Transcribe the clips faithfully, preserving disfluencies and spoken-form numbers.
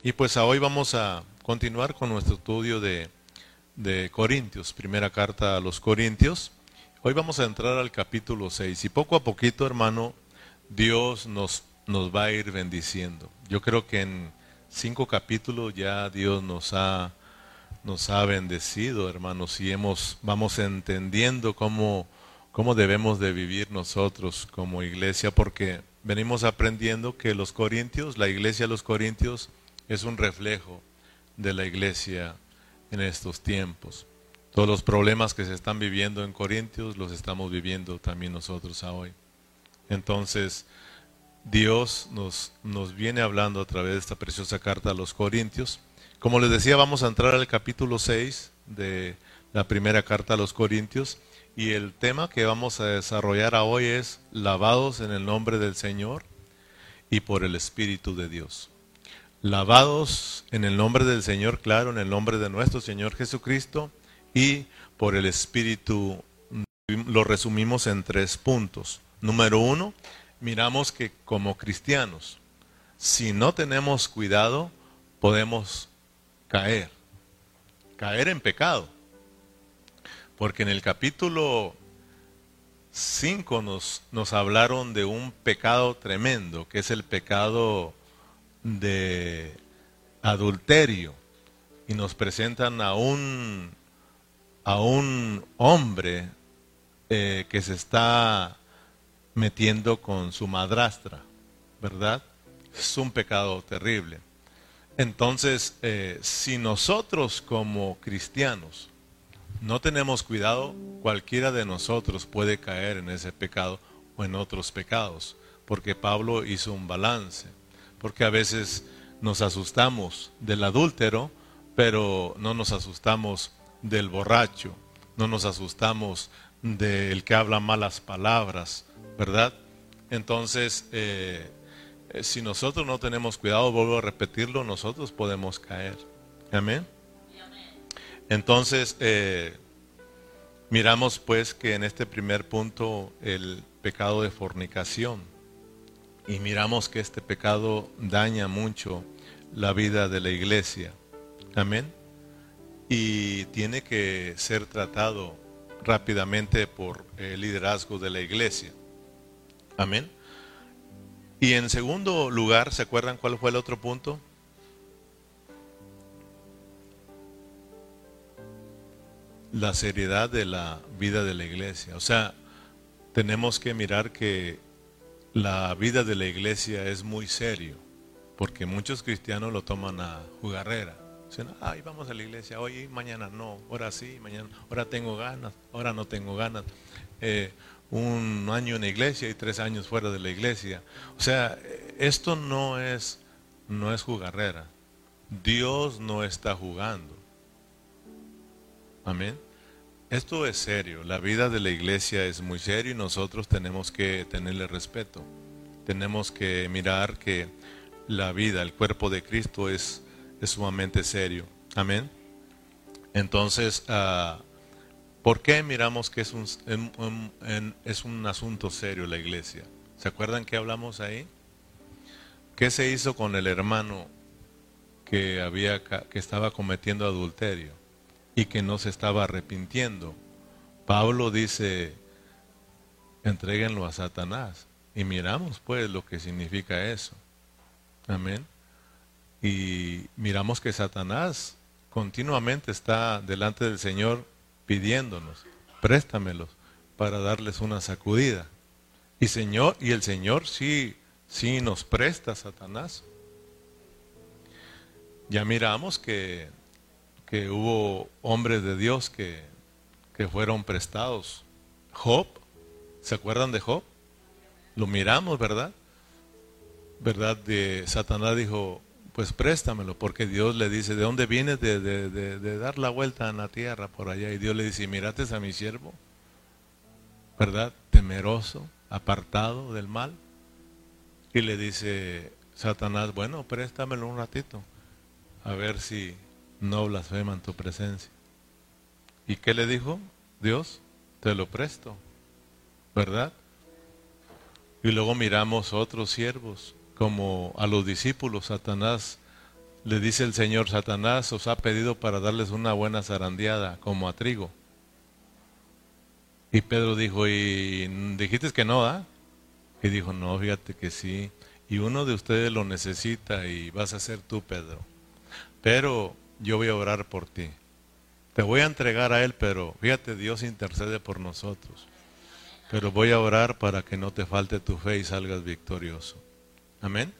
Y pues a hoy vamos a continuar con nuestro estudio de, de Corintios, primera carta a los Corintios. Hoy vamos a entrar al capítulo seis y poco a poquito, hermano, Dios nos, nos va a ir bendiciendo. Yo creo que en cinco capítulos ya Dios nos ha, nos ha bendecido, hermanos, y hemos, vamos entendiendo cómo, cómo debemos de vivir nosotros como iglesia, porque venimos aprendiendo que los corintios, la iglesia de los corintios, es un reflejo de la iglesia en estos tiempos. Todos los problemas que se están viviendo en Corintios los estamos viviendo también nosotros a hoy. Entonces, Dios nos, nos viene hablando a través de esta preciosa carta a los Corintios. Como les decía, vamos a entrar al capítulo seis de la primera carta a los Corintios. Y el tema que vamos a desarrollar hoy es lavados en el nombre del Señor y por el Espíritu de Dios. Lavados en el nombre del Señor, claro, en el nombre de nuestro Señor Jesucristo, y por el Espíritu. Lo resumimos en tres puntos. Número uno, miramos que como cristianos, si no tenemos cuidado, podemos caer, caer en pecado. Porque en el capítulo cinco nos, nos hablaron de un pecado tremendo, que es el pecado de adulterio, y nos presentan a un, a un hombre eh, que se está metiendo con su madrastra, ¿verdad? Es un pecado terrible. Entonces, eh, si nosotros como cristianos no tenemos cuidado, cualquiera de nosotros puede caer en ese pecado o en otros pecados, porque Pablo hizo un balance, porque a veces nos asustamos del adúltero, pero no nos asustamos del borracho, no nos asustamos del que habla malas palabras, ¿verdad? Entonces, eh, si nosotros no tenemos cuidado, vuelvo a repetirlo, nosotros podemos caer. Amén. Entonces, eh, miramos pues que en este primer punto el pecado de fornicación, y miramos que este pecado daña mucho la vida de la iglesia. Amén. Y tiene que ser tratado rápidamente por el liderazgo de la iglesia. Amén. Y en segundo lugar, ¿se acuerdan cuál fue el otro punto? La seriedad de la vida de la iglesia. O sea, tenemos que mirar que la vida de la iglesia es muy serio, porque muchos cristianos lo toman a jugarrera. Dicen, ay, vamos a la iglesia hoy, mañana no, ahora sí, mañana, ahora tengo ganas, ahora no tengo ganas. Eh, un año en la iglesia y tres años fuera de la iglesia. O sea, esto no es, no es jugarrera. Dios no está jugando. Amén. Esto es serio, la vida de la iglesia es muy serio y nosotros tenemos que tenerle respeto. Tenemos que mirar que la vida, el cuerpo de Cristo es, es sumamente serio. Amén. Entonces, uh, ¿por qué miramos que es un, en, en, en, es un asunto serio la iglesia? ¿Se acuerdan que hablamos ahí? ¿Qué se hizo con el hermano que, había, que estaba cometiendo adulterio y que no se estaba arrepintiendo? Pablo dice, entréguenlo a Satanás. Y miramos pues lo que significa eso. Amén. Y miramos que Satanás continuamente está delante del Señor pidiéndonos, préstamelos para darles una sacudida. Y Señor, y el Señor sí, sí nos presta a Satanás. Ya miramos que, que hubo hombres de Dios que, que fueron prestados. Job, ¿se acuerdan de Job? Lo miramos, ¿verdad? ¿Verdad? De Satanás dijo, pues préstamelo, porque Dios le dice, ¿de dónde vienes de, de, de, de dar la vuelta en la tierra por allá? Y Dios le dice, mirates a mi siervo, ¿verdad? Temeroso, apartado del mal. Y le dice Satanás, bueno, préstamelo un ratito, a ver si no blasfema en tu presencia. ¿Y qué le dijo Dios? Te lo presto, ¿verdad? Y luego miramos otros siervos, como a los discípulos, Satanás Le dice el Señor: Satanás os ha pedido para darles una buena zarandeada, como a trigo. Y Pedro dijo: ¿y dijiste que no, ah? Y dijo: no, fíjate que sí. Y uno de ustedes lo necesita y vas a ser tú, Pedro. Pero yo voy a orar por ti. Te voy a entregar a él, pero fíjate, Dios intercede por nosotros. Pero voy a orar para que no te falte tu fe y salgas victorioso. Amén.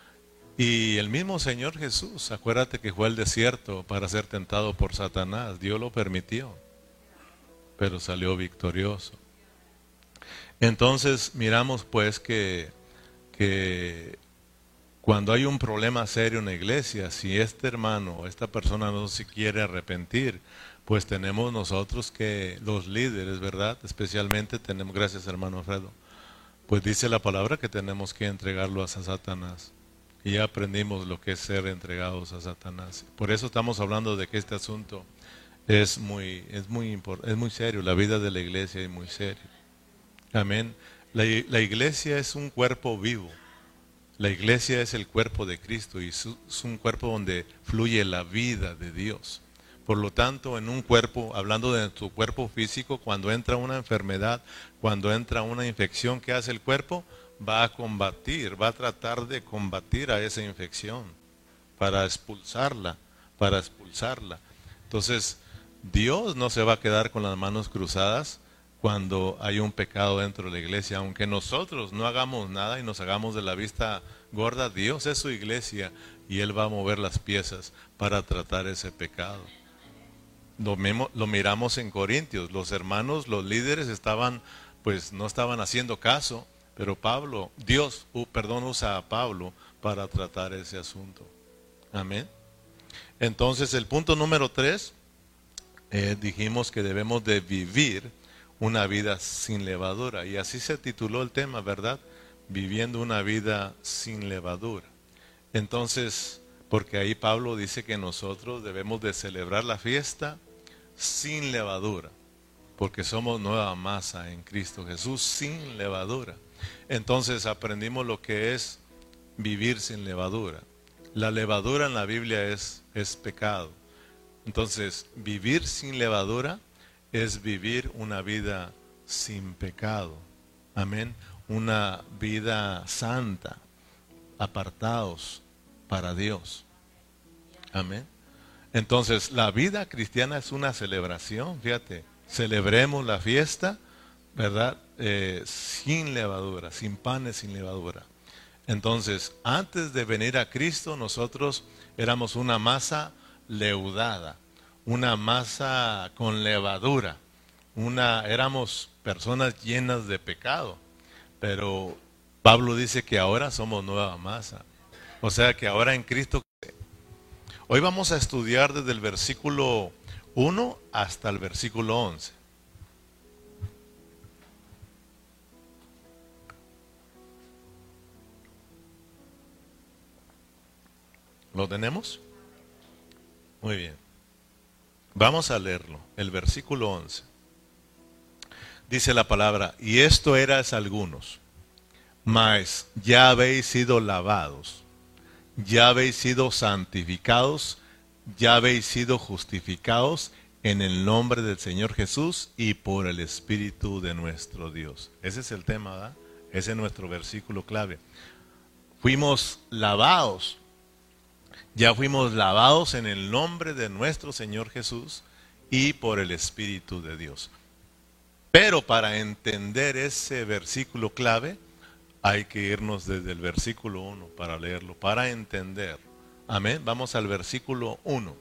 Y el mismo Señor Jesús, acuérdate que fue al desierto para ser tentado por Satanás. Dios lo permitió, pero salió victorioso. Entonces miramos pues que, que cuando hay un problema serio en la iglesia, si este hermano o esta persona no se quiere arrepentir, pues tenemos nosotros que, los líderes, ¿verdad? Especialmente tenemos, gracias hermano Alfredo, pues dice la palabra que tenemos que entregarlo a Satanás. Y ya aprendimos lo que es ser entregados a Satanás. Por eso estamos hablando de que este asunto es muy, es muy importante, es muy serio. La vida de la iglesia es muy seria. Amén. La, la iglesia es un cuerpo vivo. La iglesia es el cuerpo de Cristo y es un cuerpo donde fluye la vida de Dios. Por lo tanto, en un cuerpo, hablando de tu cuerpo físico, cuando entra una enfermedad, cuando entra una infección, ¿qué hace el cuerpo? Va a combatir, va a tratar de combatir a esa infección para expulsarla, para expulsarla. Entonces, Dios no se va a quedar con las manos cruzadas cuando hay un pecado dentro de la iglesia. Aunque nosotros no hagamos nada y nos hagamos de la vista gorda, Dios es su iglesia y Él va a mover las piezas para tratar ese pecado. Lo, memo, lo miramos en Corintios, los hermanos, los líderes estaban, pues no estaban haciendo caso, pero Pablo, Dios, uh, perdón, usa a Pablo para tratar ese asunto. Amén. Entonces el punto número tres, eh, dijimos que debemos de vivir una vida sin levadura, y así se tituló el tema, ¿verdad? Viviendo una vida sin levadura. Entonces, porque ahí Pablo dice que nosotros debemos de celebrar la fiesta sin levadura, porque somos nueva masa en Cristo Jesús, sin levadura. Entonces aprendimos lo que es vivir sin levadura. La levadura en la Biblia es, es pecado. Entonces, vivir sin levadura es vivir una vida sin pecado. Amén. Una vida santa, apartados para Dios. Amén. Entonces, la vida cristiana es una celebración, fíjate. Celebremos la fiesta, ¿verdad? Eh, sin levadura, sin panes, sin levadura. Entonces, antes de venir a Cristo, nosotros éramos una masa leudada, una masa con levadura, una, éramos personas llenas de pecado, pero Pablo dice que ahora somos nueva masa, o sea que ahora en Cristo. Hoy vamos a estudiar desde el versículo uno hasta el versículo once. ¿Lo tenemos? Muy bien. Vamos a leerlo, el versículo once. Dice la palabra: y esto erais algunos, mas ya habéis sido lavados, ya habéis sido santificados, ya habéis sido justificados en el nombre del Señor Jesús y por el Espíritu de nuestro Dios. Ese es el tema, ¿verdad? Ese es nuestro versículo clave. Fuimos lavados. Ya fuimos lavados en el nombre de nuestro Señor Jesús y por el Espíritu de Dios. Pero para entender ese versículo clave, hay que irnos desde el versículo uno para leerlo, para entender. Amén. Vamos al versículo uno.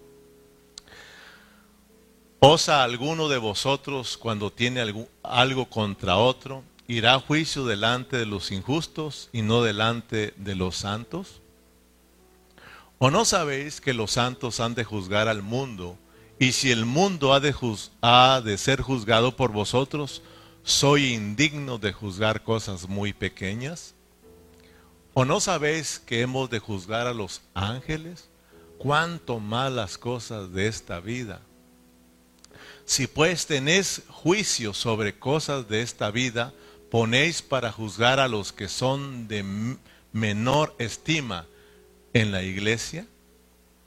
¿Osa alguno de vosotros, cuando tiene algo, algo contra otro, irá a juicio delante de los injustos y no delante de los santos? ¿O no sabéis que los santos han de juzgar al mundo? Y si el mundo ha de, juz- ha de ser juzgado por vosotros, ¿soy indigno de juzgar cosas muy pequeñas? ¿O no sabéis que hemos de juzgar a los ángeles? ¿Cuánto más las cosas de esta vida? Si pues tenéis juicio sobre cosas de esta vida, ponéis para juzgar a los que son de menor estima en la iglesia.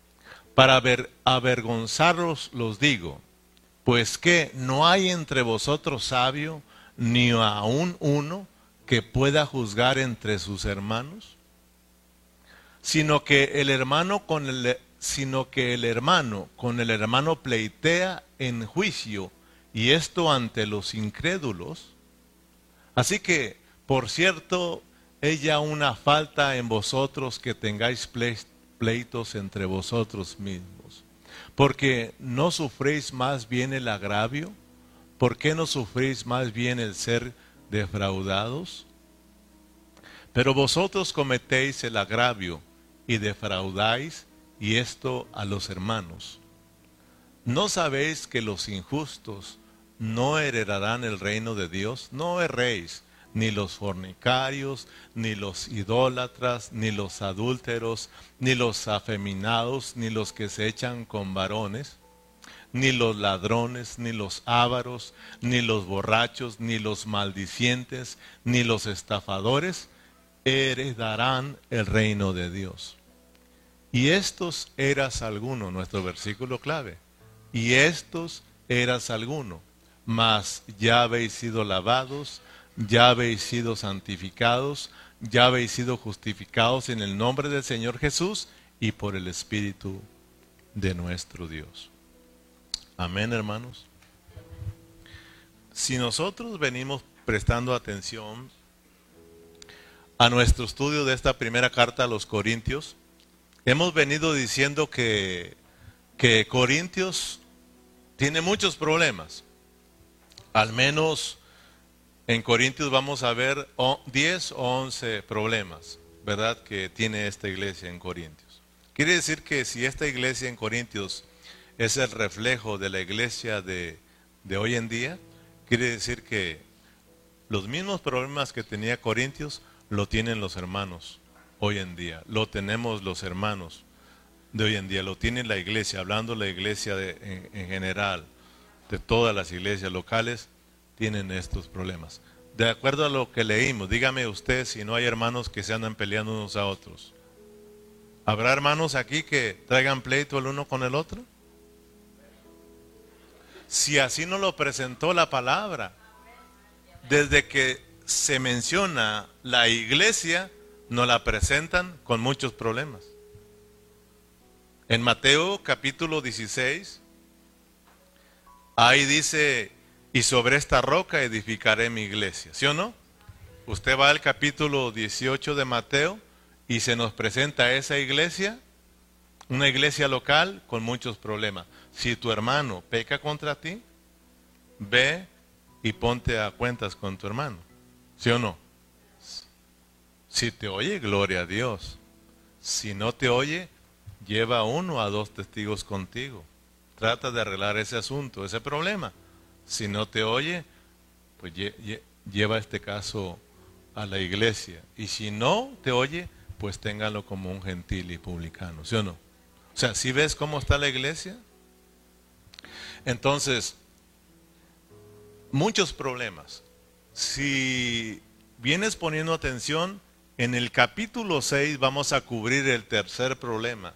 Para aver, avergonzaros los digo, pues que no hay entre vosotros sabio, ni aun uno que pueda juzgar entre sus hermanos, sino que el hermano con el, sino que el hermano con el hermano pleitea en juicio, y esto ante los incrédulos. Así que, por cierto, es ya una falta en vosotros que tengáis pleitos entre vosotros mismos, porque no sufréis más bien el agravio. ¿Por qué no sufrís más bien el ser defraudados? Pero vosotros cometéis el agravio y defraudáis, y esto a los hermanos. ¿No sabéis que los injustos no heredarán el reino de Dios? No erréis, ni los fornicarios, ni los idólatras, ni los adúlteros, ni los afeminados, ni los que se echan con varones, ni los ladrones, ni los ávaros, ni los borrachos, ni los maldicientes, ni los estafadores heredarán el reino de Dios. Y estos eras alguno, nuestro versículo clave, y estos eras alguno, mas ya habéis sido lavados, ya habéis sido santificados, ya habéis sido justificados en el nombre del Señor Jesús y por el Espíritu de nuestro Dios. Amén, hermanos. Si nosotros venimos prestando atención a nuestro estudio de esta primera carta a los Corintios, hemos venido diciendo que, que Corintios tiene muchos problemas. Al menos en Corintios vamos a ver diez o once problemas, ¿verdad?, que tiene esta iglesia en Corintios. Quiere decir que si esta iglesia en Corintios es el reflejo de la iglesia de, de hoy en día, quiere decir que los mismos problemas que tenía Corintios lo tienen los hermanos hoy en día, lo tenemos los hermanos de hoy en día, lo tiene la iglesia, hablando la iglesia de, en, en general, de todas las iglesias locales, tienen estos problemas. De acuerdo a lo que leímos, dígame usted si no hay hermanos que se andan peleando unos a otros. ¿Habrá hermanos aquí que traigan pleito el uno con el otro? Si así nos lo presentó la palabra, desde que se menciona la iglesia, nos la presentan con muchos problemas. En Mateo capítulo dieciséis, ahí dice, y sobre esta roca edificaré mi iglesia, ¿sí o no? Usted va al capítulo dieciocho de Mateo y se nos presenta esa iglesia, una iglesia local con muchos problemas. Si tu hermano peca contra ti, ve y ponte a cuentas con tu hermano, ¿sí o no? Si te oye, gloria a Dios. Si no te oye, lleva a uno a dos testigos contigo. Trata de arreglar ese asunto, ese problema. Si no te oye, pues lleva este caso a la iglesia. Y si no te oye, pues téngalo como un gentil y publicano, ¿sí o no? O sea, ¿sí ves cómo está la iglesia? Entonces, muchos problemas. Si vienes poniendo atención, en el capítulo seis vamos a cubrir el tercer problema,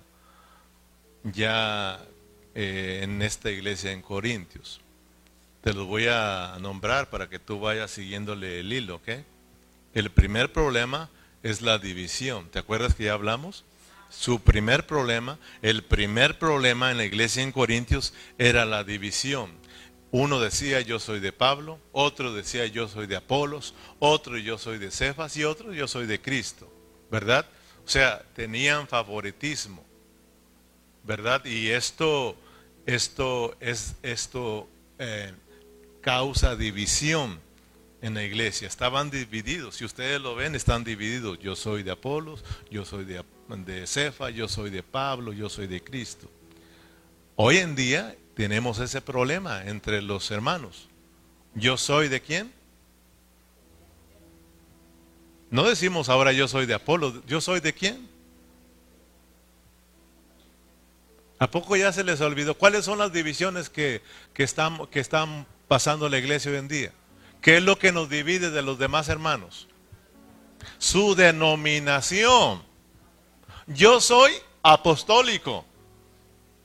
ya eh, en esta iglesia en Corintios. Te los voy a nombrar para que tú vayas siguiéndole el hilo, ¿ok? El primer problema es la división. ¿Te acuerdas que ya hablamos? Su primer problema, el primer problema en la iglesia en Corintios era la división. Uno decía yo soy de Pablo, otro decía yo soy de Apolos, otro yo soy de Cefas y otro yo soy de Cristo, ¿verdad? O sea, tenían favoritismo, ¿verdad? Y esto, esto es esto eh, causa división en la iglesia. Estaban divididos, si ustedes lo ven, están divididos. Yo soy de Apolos, yo soy de, de Cefas, yo soy de Pablo, yo soy de Cristo. Hoy en día tenemos ese problema entre los hermanos. ¿Yo soy de quién? No decimos ahora yo soy de Apolo, ¿yo soy de quién? ¿A poco ya se les olvidó? ¿Cuáles son las divisiones que, que, están, que están pasando en la iglesia hoy en día? ¿Qué es lo que nos divide de los demás hermanos? Su denominación. Yo soy apostólico.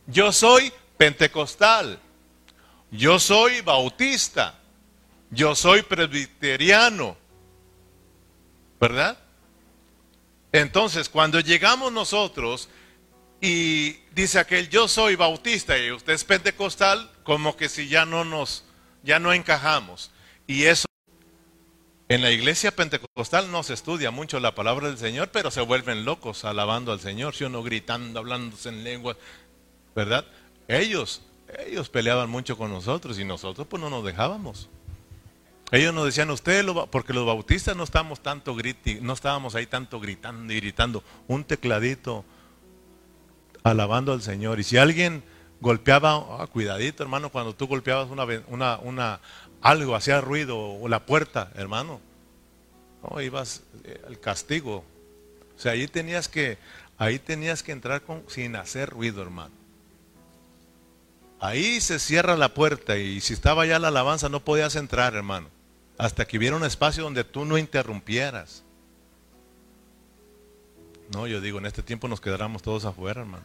Yo soy pentecostal. Yo soy bautista. Yo soy presbiteriano. ¿Verdad? Entonces, cuando llegamos nosotros y dice aquel, yo soy bautista y usted es pentecostal, como que si ya no nos, ya no encajamos. Y eso, en la iglesia pentecostal no se estudia mucho la palabra del Señor, pero se vuelven locos alabando al Señor, si uno gritando, hablándose en lengua, ¿verdad? Ellos, ellos peleaban mucho con nosotros y nosotros pues no nos dejábamos. Ellos nos decían, ustedes, lo, porque los bautistas no estábamos tanto griti, no estábamos ahí tanto gritando y gritando, un tecladito alabando al Señor. Y si alguien golpeaba, oh, cuidadito hermano, cuando tú golpeabas una, una, una algo, hacía ruido, o la puerta, hermano, no, ibas eh, al castigo. O sea, ahí tenías que, ahí tenías que entrar con, sin hacer ruido, hermano. Ahí se cierra la puerta y si estaba ya la alabanza no podías entrar, hermano, hasta que hubiera un espacio donde tú no interrumpieras. No, yo digo, en este tiempo nos quedáramos todos afuera, hermano.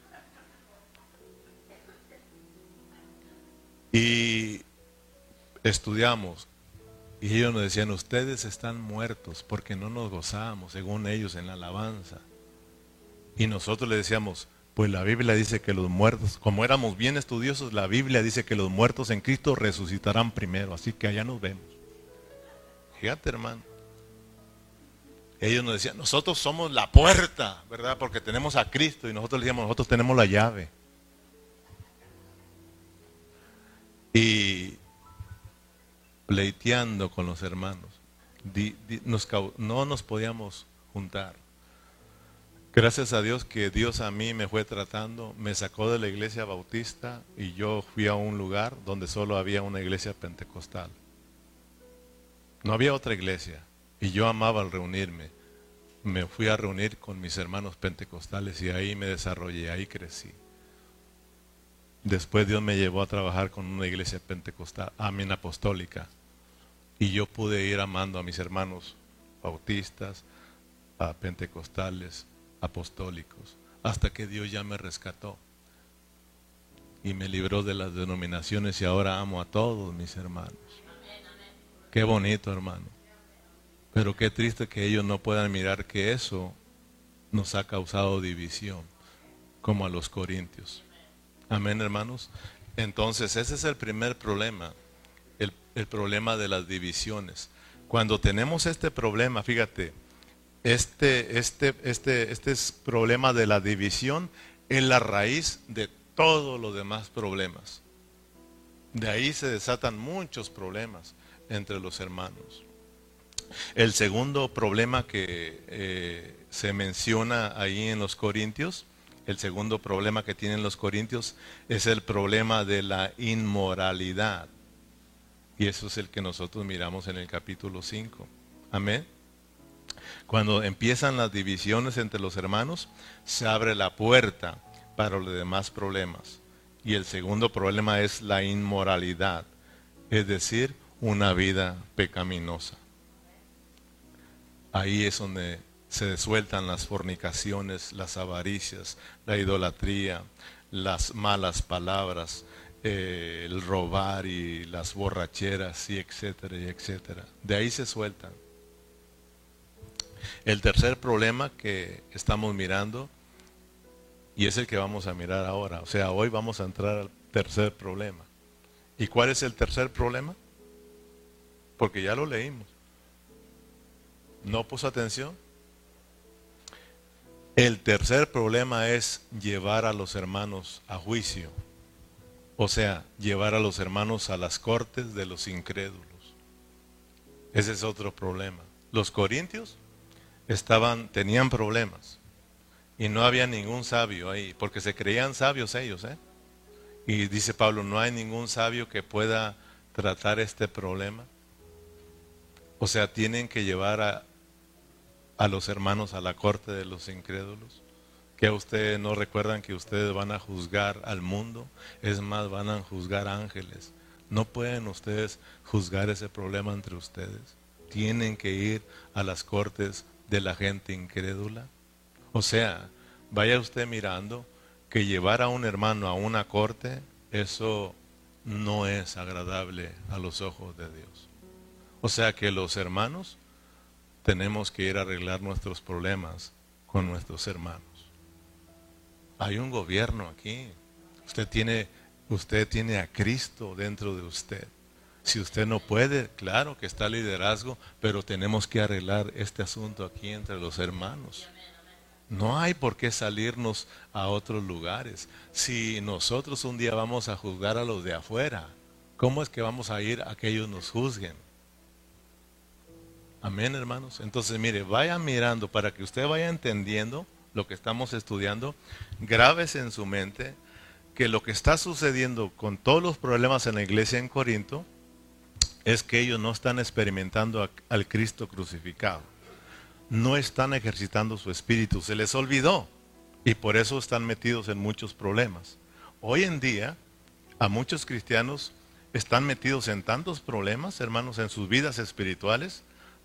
Y estudiamos y ellos nos decían, ustedes están muertos porque no nos gozábamos, según ellos, en la alabanza. Y nosotros le decíamos, pues la Biblia dice que los muertos, como éramos bien estudiosos, la Biblia dice que los muertos en Cristo resucitarán primero, así que allá nos vemos. Fíjate, hermano. Ellos nos decían, nosotros somos la puerta, ¿verdad? Porque tenemos a Cristo y nosotros le decíamos, nosotros tenemos la llave. Y pleiteando con los hermanos, di, di, nos, no nos podíamos juntar. Gracias a Dios que Dios a mí me fue tratando, me sacó de la iglesia bautista y yo fui a un lugar donde solo había una iglesia pentecostal. No había otra iglesia y yo amaba al reunirme. Me fui a reunir con mis hermanos pentecostales y ahí me desarrollé, ahí crecí. Después Dios me llevó a trabajar con una iglesia pentecostal, amén, apostólica. Y yo pude ir amando a mis hermanos bautistas, a pentecostales, apostólicos, hasta que Dios ya me rescató. Y me libró de las denominaciones y ahora amo a todos mis hermanos. Qué bonito, hermano. Pero qué triste que ellos no puedan mirar que eso nos ha causado división, como a los corintios. Amén, hermanos. Entonces, ese es el primer problema, el, el problema de las divisiones. Cuando tenemos este problema, fíjate, este, este, este, este es problema de la división es la raíz de todos los demás problemas. De ahí se desatan muchos problemas entre los hermanos. El segundo problema que eh, se menciona ahí en los Corintios, el segundo problema que tienen los corintios es el problema de la inmoralidad. Y eso es el que nosotros miramos en el capítulo cinco. Amén. Cuando empiezan las divisiones entre los hermanos, se abre la puerta para los demás problemas. Y el segundo problema es la inmoralidad, es decir, una vida pecaminosa. Ahí es donde se sueltan las fornicaciones, las avaricias, la idolatría, las malas palabras, eh, el robar y las borracheras y etcétera y etcétera. De ahí se sueltan. El tercer problema que estamos mirando, y es el que vamos a mirar ahora, o sea, hoy vamos a entrar al tercer problema. ¿Y cuál es el tercer problema? Porque ya lo leímos. ¿No puso atención? El tercer problema es llevar a los hermanos a juicio. O sea, llevar a los hermanos a las cortes de los incrédulos. Ese es otro problema. Los corintios estaban, tenían problemas. Y no había ningún sabio ahí, porque se creían sabios ellos, ¿eh? Y dice Pablo, no hay ningún sabio que pueda tratar este problema. O sea, tienen que llevar a, a los hermanos a la corte de los incrédulos. Que ustedes no recuerdan que ustedes van a juzgar al mundo, es más, van a juzgar ángeles. No pueden ustedes juzgar ese problema entre ustedes. Tienen que ir a las cortes de la gente incrédula. O sea, vaya usted mirando que llevar a un hermano a una corte, eso no es agradable a los ojos de Dios. O sea que los hermanos tenemos que ir a arreglar nuestros problemas con nuestros hermanos. Hay un gobierno aquí. Usted tiene, usted tiene a Cristo dentro de usted. Si usted no puede, claro que está el liderazgo, pero tenemos que arreglar este asunto aquí entre los hermanos. No hay por qué salirnos a otros lugares. Si nosotros un día vamos a juzgar a los de afuera, ¿cómo es que vamos a ir a que ellos nos juzguen? Amén, hermanos. Entonces, mire, vaya mirando para que usted vaya entendiendo lo que estamos estudiando. Grábese en su mente que lo que está sucediendo con todos los problemas en la iglesia en Corinto es que ellos no están experimentando a, al Cristo crucificado. No están ejercitando su espíritu, se les olvidó y por eso están metidos en muchos problemas. Hoy en día, a muchos cristianos están metidos en tantos problemas, hermanos, en sus vidas espirituales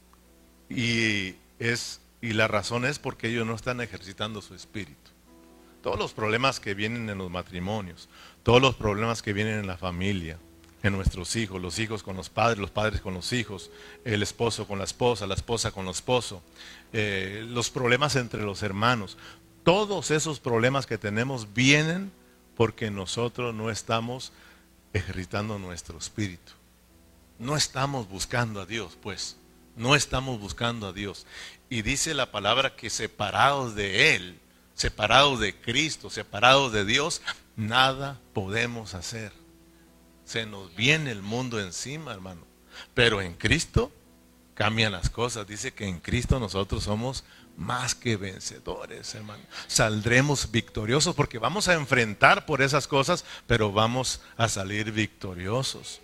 y, es, y la razón es porque ellos no están ejercitando su espíritu. Todos los problemas que vienen en los matrimonios, todos los problemas que vienen en la familia, en nuestros hijos, los hijos con los padres, los padres con los hijos, el esposo con la esposa, la esposa con el esposo, eh, los problemas entre los hermanos. Todos esos problemas que tenemos vienen porque nosotros no estamos ejercitando nuestro espíritu. No estamos buscando a Dios, pues. No estamos buscando a Dios. Y dice la palabra que separados de Él, separados de Cristo, separados de Dios, nada podemos hacer. Se nos viene el mundo encima, hermano. Pero en Cristo cambian las cosas. Dice que en Cristo nosotros somos más que vencedores, hermano. Saldremos victoriosos porque vamos a enfrentar por esas cosas, pero vamos a salir victoriosos.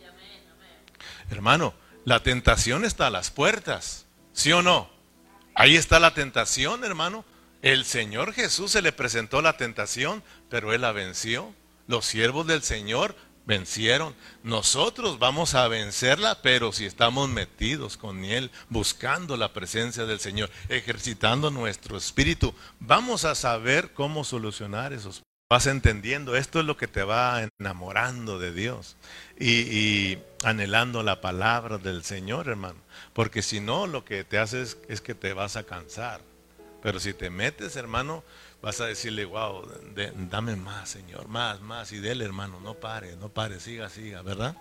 Hermano, la tentación está a las puertas, ¿sí o no? Ahí está la tentación, hermano. El Señor Jesús se le presentó la tentación, pero Él la venció. Los siervos del Señor vencieron. Nosotros vamos a vencerla, pero si estamos metidos con Él, buscando la presencia del Señor, ejercitando nuestro espíritu, vamos a saber cómo solucionar esos problemas. Vas entendiendo, esto es lo que te va enamorando de Dios y, y anhelando la palabra del Señor, hermano. Porque si no, lo que te haces es, es que te vas a cansar. Pero si te metes, hermano, vas a decirle, wow, de, dame más, Señor, más, más. Y dele, hermano, no pare, no pare, siga, siga, ¿verdad?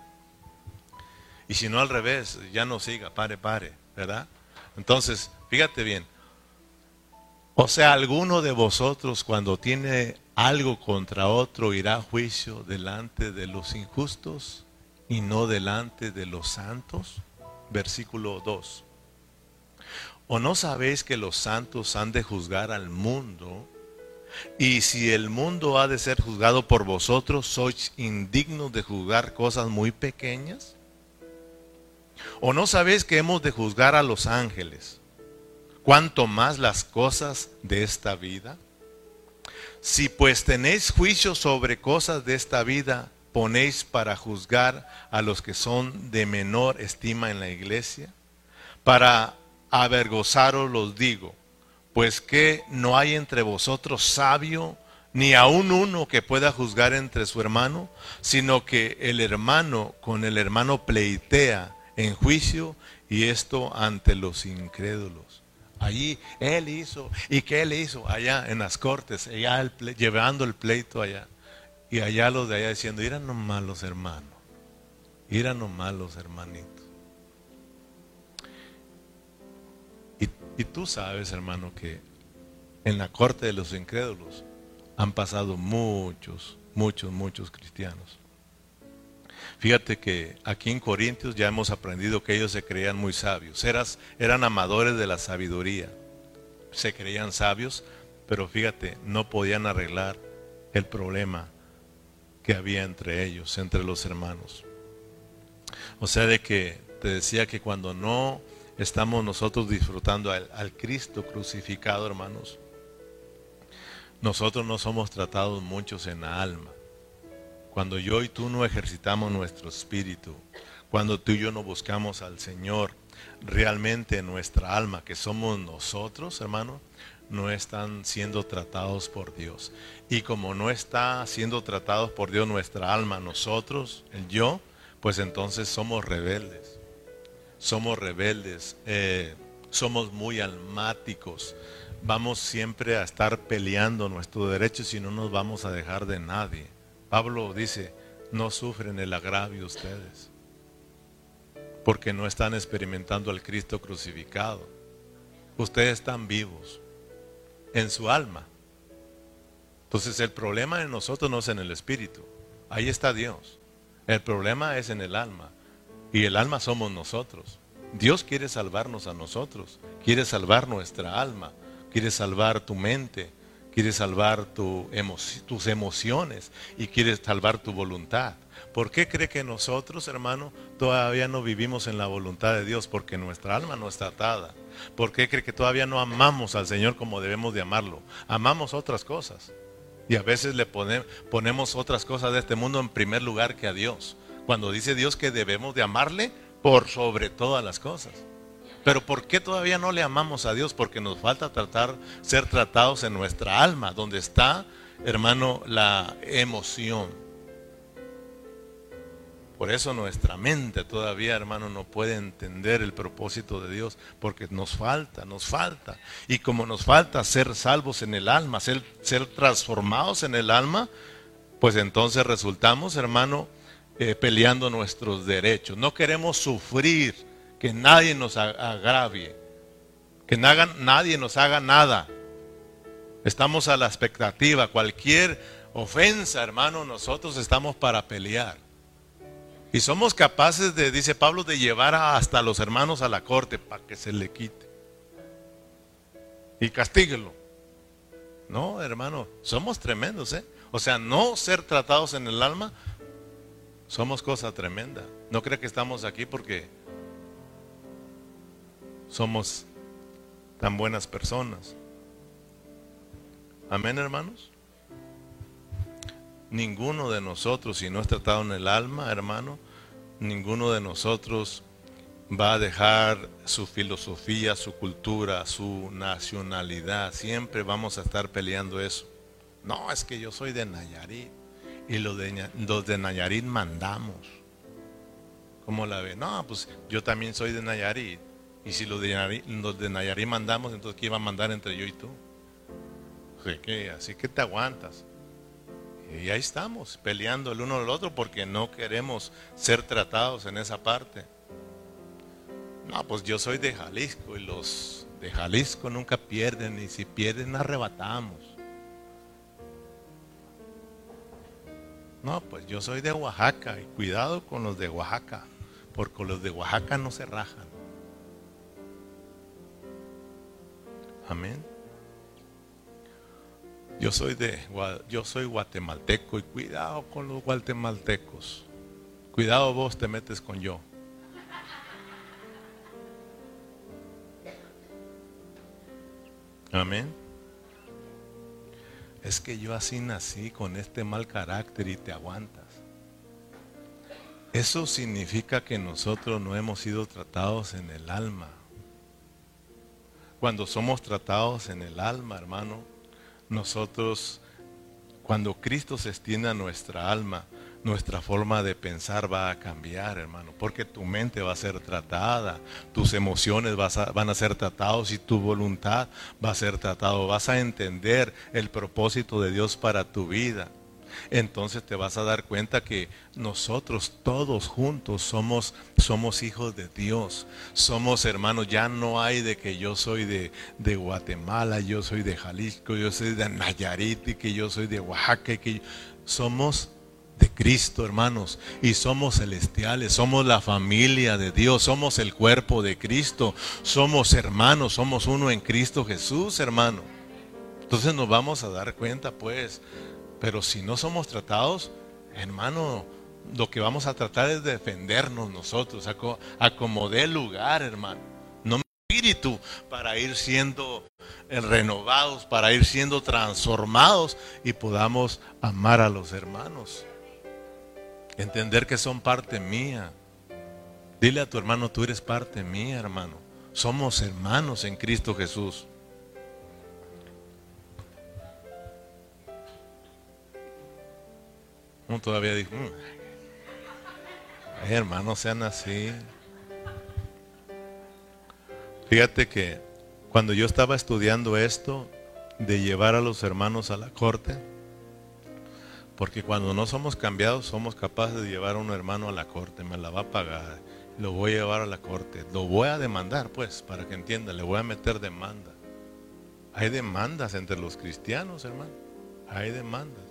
Y si no al revés, ya no siga, pare, pare, ¿verdad? Entonces, fíjate bien. O sea, alguno de vosotros cuando tiene algo contra otro irá a juicio delante de los injustos y no delante de los santos. Versículo dos. ¿O no sabéis que los santos han de juzgar al mundo? Y si el mundo ha de ser juzgado por vosotros, ¿sois indignos de juzgar cosas muy pequeñas? ¿O no sabéis que hemos de juzgar a los ángeles? ¿Cuánto más las cosas de esta vida? Si pues tenéis juicio sobre cosas de esta vida, ponéis para juzgar a los que son de menor estima en la iglesia. Para avergonzaros los digo, pues que no hay entre vosotros sabio, ni aun uno que pueda juzgar entre su hermano, sino que el hermano con el hermano pleitea en juicio, y esto ante los incrédulos. Allí él hizo, ¿y qué él hizo? Allá en las cortes, allá el ple, llevando el pleito allá. Y allá los de allá diciendo, irán nomás los hermanos, irán nomás los hermanitos. Y, y tú sabes, hermano, que en la corte de los incrédulos han pasado muchos, muchos, muchos cristianos. Fíjate que aquí en Corintios ya hemos aprendido que ellos se creían muy sabios, Eras, eran amadores de la sabiduría, se creían sabios, pero fíjate, no podían arreglar el problema que había entre ellos, entre los hermanos. O sea, de que te decía que cuando no estamos nosotros disfrutando al, al Cristo crucificado, hermanos, nosotros no somos tratados muchos en la alma. Cuando yo y tú no ejercitamos nuestro espíritu, cuando tú y yo no buscamos al Señor realmente en nuestra alma, que somos nosotros, hermano, no están siendo tratados por Dios. Y como no está siendo tratados por Dios nuestra alma, nosotros, el yo, pues entonces somos rebeldes. Somos rebeldes, eh, somos muy almáticos. Vamos siempre a estar peleando nuestros derechos y no nos vamos a dejar de nadie. Pablo dice, no sufren el agravio ustedes, porque no están experimentando al Cristo crucificado. Ustedes están vivos en su alma. Entonces el problema de nosotros no es en el espíritu, ahí está Dios. El problema es en el alma, y el alma somos nosotros. Dios quiere salvarnos a nosotros, quiere salvar nuestra alma, quiere salvar tu mente, quiere salvar tu emo tus emociones y quiere salvar tu voluntad. ¿Por qué cree que nosotros, hermano, todavía no vivimos en la voluntad de Dios? Porque nuestra alma no está atada. ¿Por qué cree que todavía no amamos al Señor como debemos de amarlo? Amamos otras cosas. Y a veces le pone, ponemos otras cosas de este mundo en primer lugar que a Dios. Cuando dice Dios que debemos de amarle por sobre todas las cosas. Pero ¿por qué todavía no le amamos a Dios? Porque nos falta tratar, ser tratados en nuestra alma, donde está, hermano, la emoción. Por eso nuestra mente todavía, hermano, no puede entender el propósito de Dios, porque nos falta, nos falta. Y como nos falta ser salvos en el alma, ser, ser transformados en el alma, pues entonces resultamos, hermano, eh, peleando nuestros derechos. No queremos sufrir, que nadie nos agravie, que nadie nos haga nada. Estamos a la expectativa. Cualquier ofensa, hermano, nosotros estamos para pelear. Y somos capaces de, dice Pablo, de llevar a hasta los hermanos a la corte para que se le quite. Y castíguelo. No, hermano, somos tremendos, ¿eh? O sea, no ser tratados en el alma, somos cosa tremenda. No cree que estamos aquí porque somos tan buenas personas. Amén, hermanos. Ninguno de nosotros, si no es tratado en el alma, hermano, ninguno de nosotros va a dejar su filosofía, su cultura, su nacionalidad. Siempre vamos a estar peleando eso. No, es que yo soy de Nayarit y los de, los de Nayarit mandamos. ¿Cómo la ve? No, pues yo también soy de Nayarit. Y si los de Nayarit, los de Nayarit mandamos, entonces ¿quién va a mandar entre yo y tú? Así que, así que te aguantas. Y ahí estamos, peleando el uno al otro porque no queremos ser tratados en esa parte. No, pues yo soy de Jalisco y los de Jalisco nunca pierden, y si pierden arrebatamos. No, pues yo soy de Oaxaca y cuidado con los de Oaxaca, porque los de Oaxaca no se rajan. Amén. Yo soy de, yo soy guatemalteco y cuidado con los guatemaltecos. Cuidado vos te metes con yo. Amén. Es que yo así nací con este mal carácter y te aguantas. Eso significa que nosotros no hemos sido tratados en el alma. Cuando somos tratados en el alma, hermano, nosotros, cuando Cristo se extiende a nuestra alma, nuestra forma de pensar va a cambiar, hermano, porque tu mente va a ser tratada, tus emociones vas a, van a ser tratados y tu voluntad va a ser tratado. Vas a entender el propósito de Dios para tu vida. Entonces te vas a dar cuenta que nosotros todos juntos somos, somos hijos de Dios, somos hermanos. Ya no hay de que yo soy de, de Guatemala, yo soy de Jalisco, yo soy de Nayarit, y que yo soy de Oaxaca, y que yo... somos de Cristo, hermanos, y somos celestiales, somos la familia de Dios, somos el cuerpo de Cristo, somos hermanos, somos uno en Cristo Jesús, hermano. Entonces nos vamos a dar cuenta, pues. Pero si no somos tratados, hermano, lo que vamos a tratar es defendernos nosotros, a, a como dé lugar, hermano. No espíritu para ir siendo renovados, para ir siendo transformados y podamos amar a los hermanos. Entender que son parte mía. Dile a tu hermano, tú eres parte mía, hermano. Somos hermanos en Cristo Jesús. Uno todavía dijo, "Mm, ay, hermanos, sean así". Fíjate que cuando yo estaba estudiando esto de llevar a los hermanos a la corte, porque cuando no somos cambiados somos capaces de llevar a un hermano a la corte, me la va a pagar, lo voy a llevar a la corte, lo voy a demandar, pues, para que entienda, le voy a meter demanda. Hay demandas entre los cristianos, hermano, hay demandas.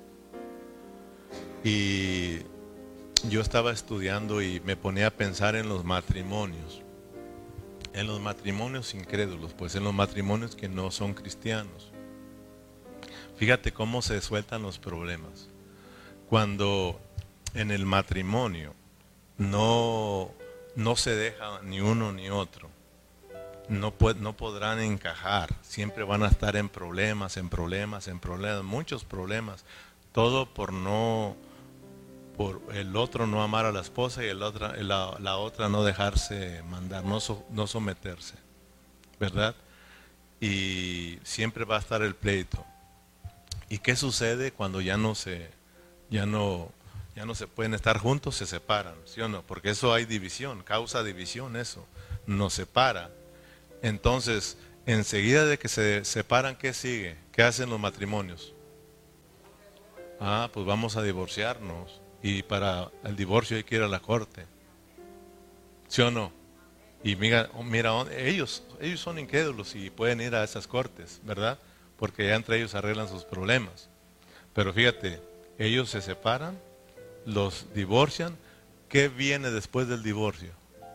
Y yo estaba estudiando y me ponía a pensar en los matrimonios, en los matrimonios incrédulos, pues en los matrimonios que no son cristianos. Fíjate cómo se sueltan los problemas. Cuando en el matrimonio no, no se deja ni uno ni otro, no, no podrán encajar, siempre van a estar en problemas, en problemas, en problemas, muchos problemas, todo por no, por el otro no amar a la esposa y el otra, la, la otra no dejarse mandar, no, so, no someterse, ¿verdad? Y siempre va a estar el pleito. ¿Y qué sucede cuando ya no se, ya no, ya no se pueden estar juntos? Se separan, ¿sí o no? Porque eso hay división, causa división eso, nos separa. Entonces, enseguida de que se separan, ¿qué sigue? ¿Qué hacen los matrimonios? Ah, pues vamos a divorciarnos. Y para el divorcio hay que ir a la corte, ¿sí o no? Y mira, mira ellos, ellos son incrédulos y pueden ir a esas cortes, ¿verdad? Porque ya entre ellos arreglan sus problemas. Pero fíjate, ellos se separan, los divorcian. ¿Qué viene después del divorcio?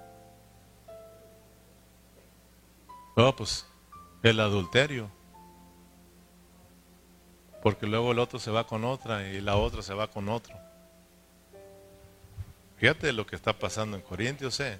No, pues el adulterio. Porque luego el otro se va con otra y la otra se va con otro. Fíjate lo que está pasando en Corintios, ¿eh?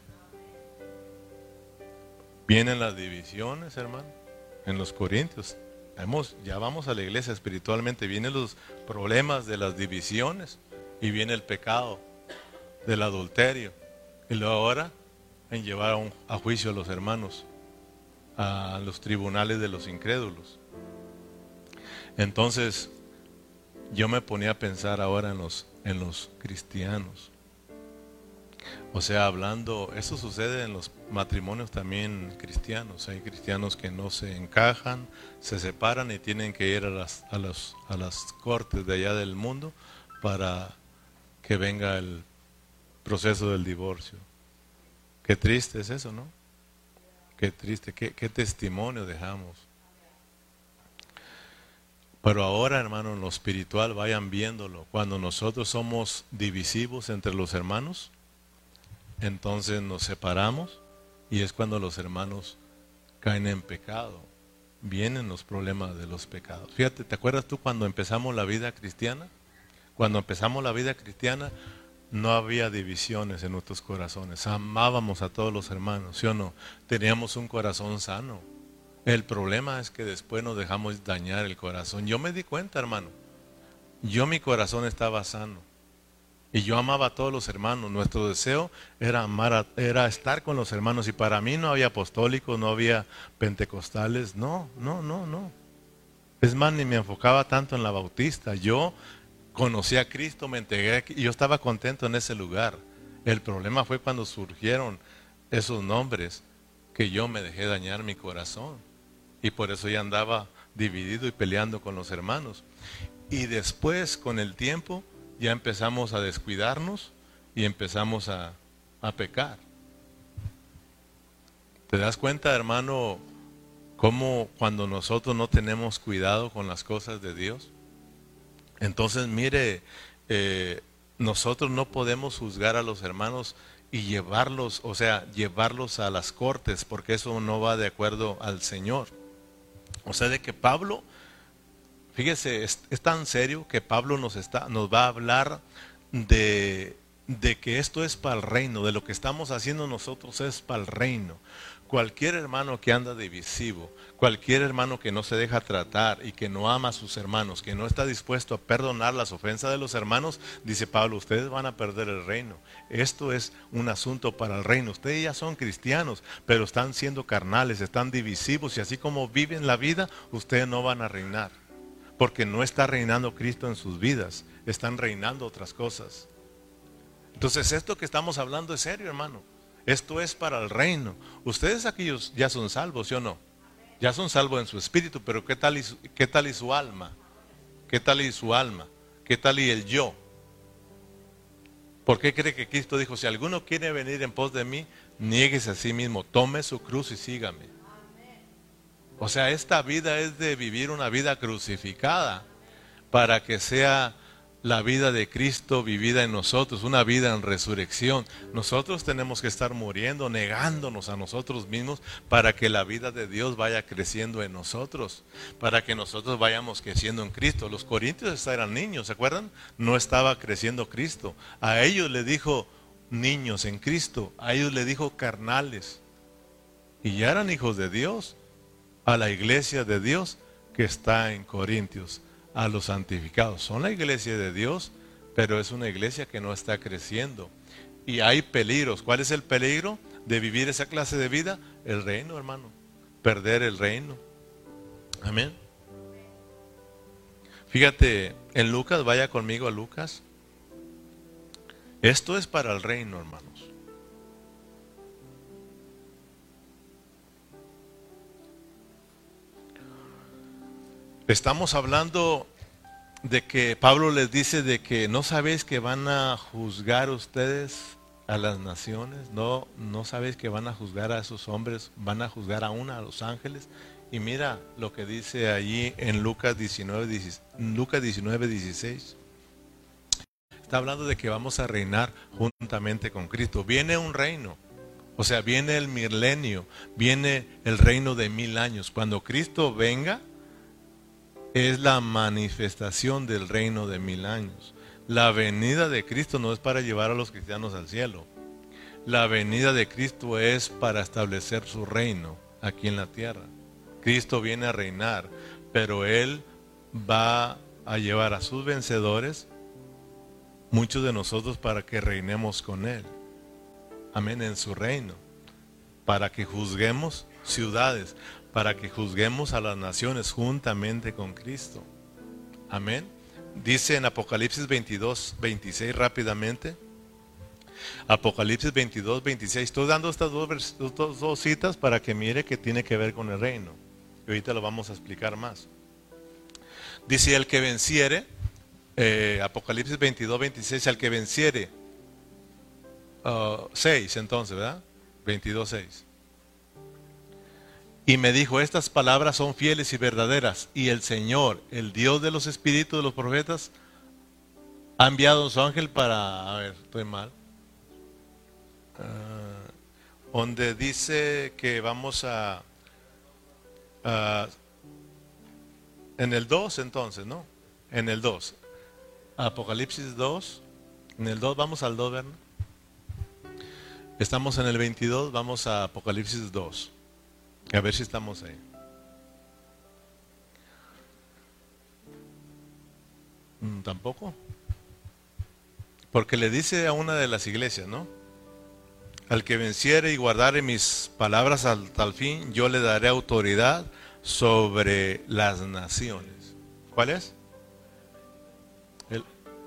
Vienen las divisiones, hermano, en los Corintios. Hemos, ya vamos a la iglesia espiritualmente, vienen los problemas de las divisiones y viene el pecado del adulterio. Y luego ahora en llevar a, un, a juicio a los hermanos, a los tribunales de los incrédulos. Entonces yo me ponía a pensar ahora en los, en los cristianos. O sea, hablando, eso sucede en los matrimonios también cristianos. Hay cristianos que no se encajan, se separan y tienen que ir a las, a las, a las cortes de allá del mundo para que venga el proceso del divorcio. Qué triste es eso, ¿no? Qué triste, qué, qué testimonio dejamos. Pero ahora, hermano, en lo espiritual vayan viéndolo. Cuando nosotros somos divisivos entre los hermanos, entonces nos separamos y es cuando los hermanos caen en pecado. Vienen los problemas de los pecados. Fíjate, ¿te acuerdas tú cuando empezamos la vida cristiana? Cuando empezamos la vida cristiana no había divisiones en nuestros corazones. Amábamos a todos los hermanos, ¿sí o no? Teníamos un corazón sano. El problema es que después nos dejamos dañar el corazón. Yo me di cuenta, hermano. Yo mi corazón estaba sano. Y yo amaba a todos los hermanos. Nuestro deseo era amar, a, era estar con los hermanos. Y para mí no había apostólicos, no había pentecostales. No, no, no, no. Es más, ni me enfocaba tanto en la bautista. Yo conocí a Cristo, me entregué y yo estaba contento en ese lugar. El problema fue cuando surgieron esos nombres que yo me dejé dañar mi corazón. Y por eso ya andaba dividido y peleando con los hermanos. Y después, con el tiempo, ya empezamos a descuidarnos y empezamos a, a pecar. ¿Te das cuenta, hermano, cómo cuando nosotros no tenemos cuidado con las cosas de Dios? Entonces, mire, eh, nosotros no podemos juzgar a los hermanos y llevarlos, o sea, llevarlos a las cortes, porque eso no va de acuerdo al Señor. O sea, de que Pablo... Fíjese, es, es tan serio que Pablo nos, está, nos va a hablar de, de que esto es para el reino, de lo que estamos haciendo nosotros es para el reino. Cualquier hermano que anda divisivo, cualquier hermano que no se deja tratar y que no ama a sus hermanos, que no está dispuesto a perdonar las ofensas de los hermanos, dice Pablo, ustedes van a perder el reino. Esto es un asunto para el reino. Ustedes ya son cristianos, pero están siendo carnales, están divisivos y así como viven la vida, ustedes no van a reinar. Porque no está reinando Cristo en sus vidas. están reinando otras cosas. Entonces esto que estamos hablando es serio, hermano. Esto es para el reino. Ustedes aquellos ya son salvos, ¿sí o no? Ya son salvos en su espíritu, pero ¿qué tal y su, qué tal y su alma? ¿Qué tal y su alma? ¿Qué tal y el yo? ¿Por qué cree que Cristo dijo, si alguno quiere venir en pos de mí, niéguese a sí mismo, tome su cruz y sígame? O sea, esta vida es de vivir una vida crucificada para que sea la vida de Cristo vivida en nosotros, una vida en resurrección. Nosotros tenemos que estar muriendo, negándonos a nosotros mismos para que la vida de Dios vaya creciendo en nosotros, para que nosotros vayamos creciendo en Cristo. Los corintios eran niños, ¿se acuerdan? No estaba creciendo Cristo. A ellos le dijo niños en Cristo, a ellos le dijo carnales, y ya eran hijos de Dios. A la iglesia de Dios que está en Corintios, a los santificados. Son la iglesia de Dios, pero es una iglesia que no está creciendo. Y hay peligros. ¿Cuál es el peligro de vivir esa clase de vida? El reino, hermano. Perder el reino. Amén. Fíjate, en Lucas, vaya conmigo a Lucas. Esto es para el reino, hermanos. Estamos hablando de que Pablo les dice de que no sabéis que van a juzgar ustedes a las naciones, no, no sabéis que van a juzgar a esos hombres, van a juzgar aún a los ángeles. Y mira lo que dice allí en Lucas diecinueve, dieciséis. Está hablando de que vamos a reinar juntamente con Cristo. Viene un reino, o sea, viene el milenio, viene el reino de mil años. Cuando Cristo venga, es la manifestación del reino de mil años. La venida de Cristo no es para llevar a los cristianos al cielo. La venida de Cristo es para establecer su reino aquí en la tierra. Cristo viene a reinar, pero Él va a llevar a sus vencedores, muchos de nosotros, para que reinemos con Él. Amén, en su reino. Para que juzguemos ciudades, para que juzguemos a las naciones juntamente con Cristo. Amén. Dice en Apocalipsis veintidós, veintiséis rápidamente. Apocalipsis veintidós, veintiséis. Estoy dando estas dos, dos, dos citas para que mire que tiene que ver con el reino. Y ahorita lo vamos a explicar más. Dice, el que venciere, eh, Apocalipsis veintidós, veintiséis, el que venciere, uh, seis entonces, ¿verdad? veintidós, seis. Y me dijo, estas palabras son fieles y verdaderas, y el Señor, el Dios de los espíritus de los profetas, ha enviado a su ángel para, a ver, estoy mal, uh, donde dice que vamos a, uh, en el dos entonces, ¿no? En el dos, Apocalipsis dos, en el dos, vamos al dos, ¿verdad? Estamos en el veintidós, vamos a Apocalipsis dos. A ver si estamos ahí. Mm, Tampoco. Porque le dice a una de las iglesias, ¿no? Al que venciere y guardare mis palabras hasta el fin, yo le daré autoridad sobre las naciones. ¿Cuál es? El...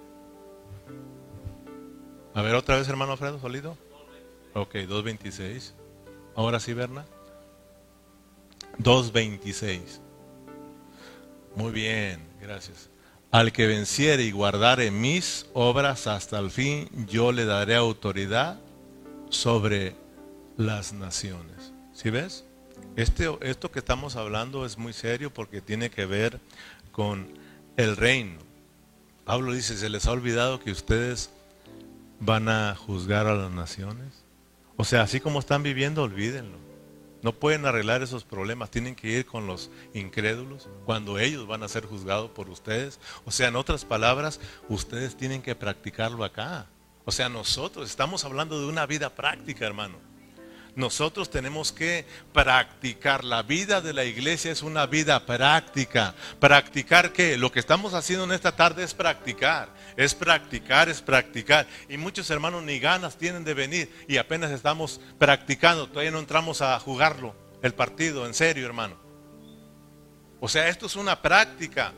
A ver otra vez, hermano Alfredo, solito. Ok, dos veintiséis. Ahora sí, Berna. dos veintiséis. Muy bien, gracias. Al que venciere y guardare mis obras hasta el fin, yo le daré autoridad sobre las naciones. ¿Sí ves? Este, esto que estamos hablando es muy serio porque tiene que ver con el reino. Pablo dice, ¿se les ha olvidado que ustedes van a juzgar a las naciones? O sea, así como están viviendo, olvídenlo. No pueden arreglar esos problemas, tienen que ir con los incrédulos cuando ellos van a ser juzgados por ustedes. O sea, en otras palabras, ustedes tienen que practicarlo acá. O sea, nosotros estamos hablando de una vida práctica, hermano. Nosotros tenemos que practicar. La vida de la iglesia es una vida práctica. ¿Practicar qué? Lo que estamos haciendo en esta tarde es practicar. Es practicar, es practicar. Y muchos hermanos ni ganas tienen de venir y apenas estamos practicando. Todavía no entramos a jugarlo, el partido, en serio, hermano. O sea, esto es una práctica.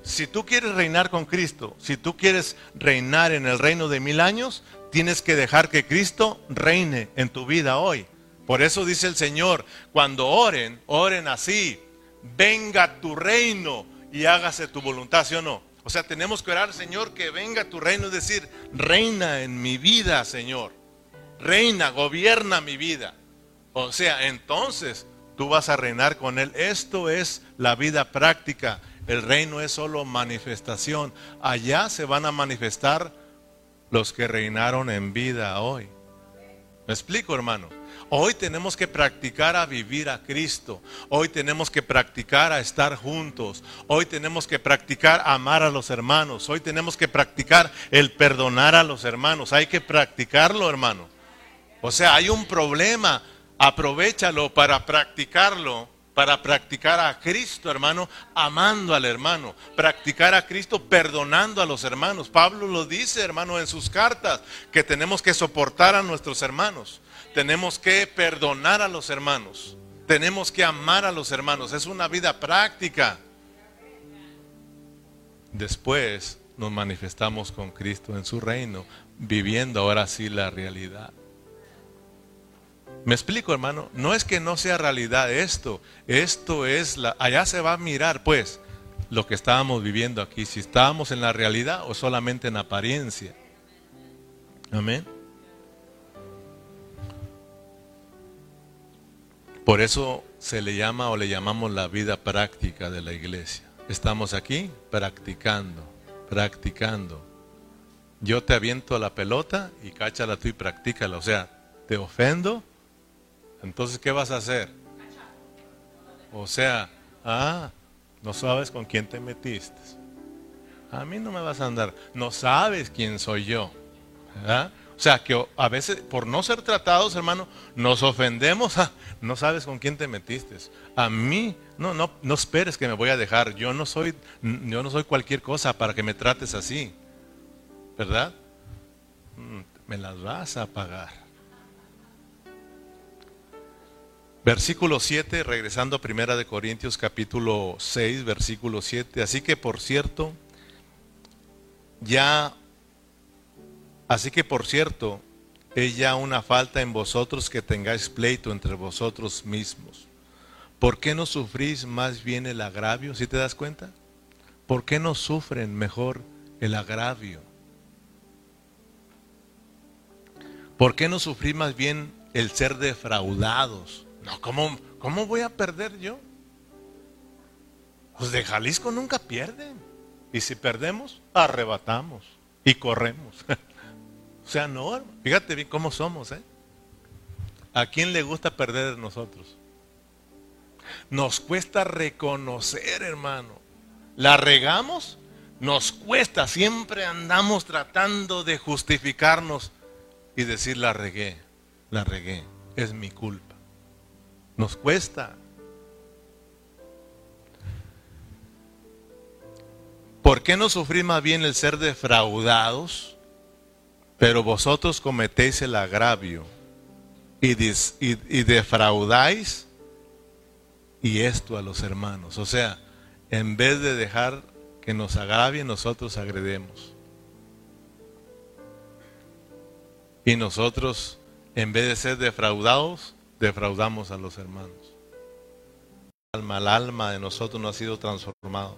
Si tú quieres reinar con Cristo, si tú quieres reinar en el reino de mil años, tienes que dejar que Cristo reine en tu vida hoy. Por eso dice el Señor, cuando oren, oren así: venga tu reino y hágase tu voluntad, ¿sí o no? O sea, tenemos que orar, Señor, que venga tu reino, es decir, reina en mi vida, Señor. Reina, gobierna mi vida. O sea, entonces tú vas a reinar con Él. Esto es la vida práctica. El reino es solo manifestación. Allá se van a manifestar los que reinaron en vida hoy. ¿Me explico, hermano? Hoy tenemos que practicar a vivir a Cristo. Hoy tenemos que practicar a estar juntos. Hoy tenemos que practicar a amar a los hermanos. Hoy tenemos que practicar el perdonar a los hermanos. Hay que practicarlo, hermano. O sea, hay un problema. Aprovéchalo para practicarlo. Para practicar a Cristo, hermano, amando al hermano. Practicar a Cristo perdonando a los hermanos. Pablo lo dice, hermano, en sus cartas, que tenemos que soportar a nuestros hermanos. Tenemos que perdonar a los hermanos. Tenemos que amar a los hermanos. Es una vida práctica. Después nos manifestamos con Cristo en su reino, viviendo ahora sí la realidad. ¿Me explico, hermano? No es que no sea realidad esto. Esto es la... Allá se va a mirar, pues, lo que estábamos viviendo aquí. Si estábamos en la realidad o solamente en apariencia. Amén. Por eso se le llama o le llamamos la vida práctica de la iglesia. Estamos aquí practicando, practicando. Yo te aviento la pelota y cáchala tú y practícala. O sea, te ofendo. Entonces, ¿qué vas a hacer? O sea, ah, no sabes con quién te metiste. A mí no me vas a andar. No sabes quién soy yo. ¿Verdad? O sea, que a veces, por no ser tratados, hermano, nos ofendemos. Ah, no sabes con quién te metiste. A mí, no, no, no esperes que me voy a dejar. Yo no soy, yo no soy cualquier cosa para que me trates así. ¿Verdad? Me las vas a pagar. Versículo siete, regresando a Primera de Corintios capítulo seis, versículo siete. Así que por cierto, ya, así que por cierto, es ya una falta en vosotros que tengáis pleito entre vosotros mismos. ¿Por qué no sufrís más bien el agravio? ¿Sí te das cuenta? ¿Por qué no sufren mejor el agravio? ¿Por qué no sufrir más bien el ser defraudados? No, ¿cómo, ¿cómo voy a perder yo? Los de Jalisco nunca pierden. Y si perdemos, arrebatamos y corremos. O sea, no, fíjate bien cómo somos, ¿eh? ¿A quién le gusta perder de nosotros? Nos cuesta reconocer, hermano. ¿La regamos? Nos cuesta, siempre andamos tratando de justificarnos y decir la regué, la regué, es mi culpa. Nos cuesta. ¿Por qué no sufrir más bien el ser defraudados? Pero vosotros cometéis el agravio y, dis, y, y defraudáis, y esto a los hermanos. O sea, en vez de dejar que nos agravien, nosotros agredemos. Y nosotros, en vez de ser defraudados, defraudamos a los hermanos. El alma, el alma de nosotros no ha sido transformado.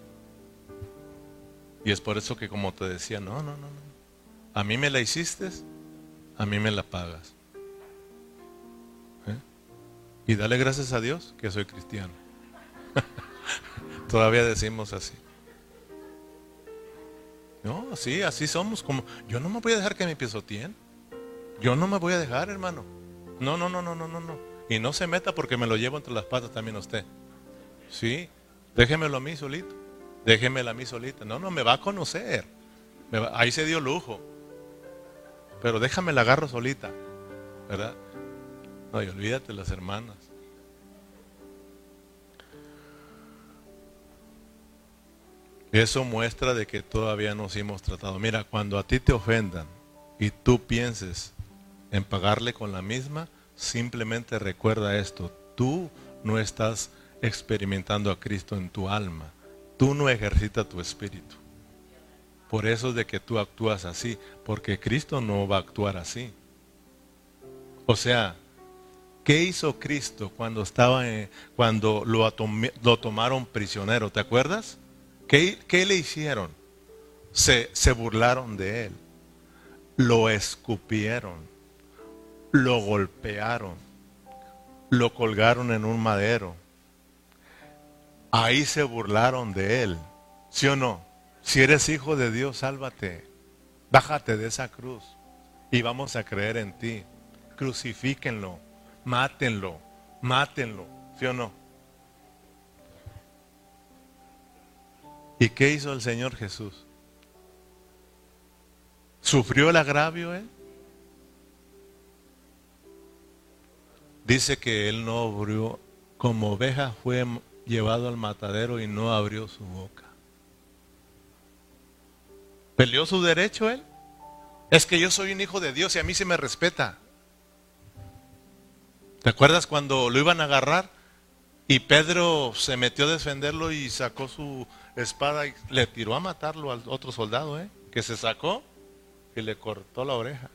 Y es por eso que, como te decía, no, no, no, no. A mí me la hiciste, a mí me la pagas. ¿Eh? Y dale gracias a Dios que soy cristiano. Todavía decimos así. No, sí, así somos. Como yo no me voy a dejar que me pisoteen. Yo no me voy a dejar, hermano. No, no, no, no, no, no, no. Y no se meta porque me lo llevo entre las patas también a usted. Sí, déjemelo a mí solito. Déjemela a mí solita. No, no, me va a conocer. Me va, ahí se dio lujo. Pero déjame la agarro solita. ¿Verdad? No, y olvídate las hermanas. Eso muestra de que todavía nos hemos tratado. Mira, cuando a ti te ofendan y tú pienses en pagarle con la misma, simplemente recuerda esto: tú no estás experimentando a Cristo en tu alma. tú no ejercitas tu espíritu. Por eso es de que tú actúas así, porque Cristo no va a actuar así. O sea, ¿qué hizo Cristo cuando estaba en, cuando lo, atom, lo tomaron prisionero? ¿Te acuerdas? ¿Qué, qué le hicieron? Se, se burlaron de él, lo escupieron, lo golpearon, lo colgaron en un madero. Ahí se burlaron de él, ¿sí o no? Si eres hijo de Dios, sálvate, bájate de esa cruz y vamos a creer en ti. Crucifíquenlo, mátenlo, mátenlo, ¿sí o no? ¿Y qué hizo el Señor Jesús? ¿Sufrió el agravio él? Dice que él no abrió, como oveja fue llevado al matadero y no abrió su boca. ¿Peleó su derecho él? Es que yo soy un hijo de Dios y a mí se me respeta. ¿Te acuerdas cuando lo iban a agarrar? Y Pedro se metió a defenderlo y sacó su espada y le tiró a matarlo al otro soldado, ¿eh? Que se sacó y le cortó la oreja.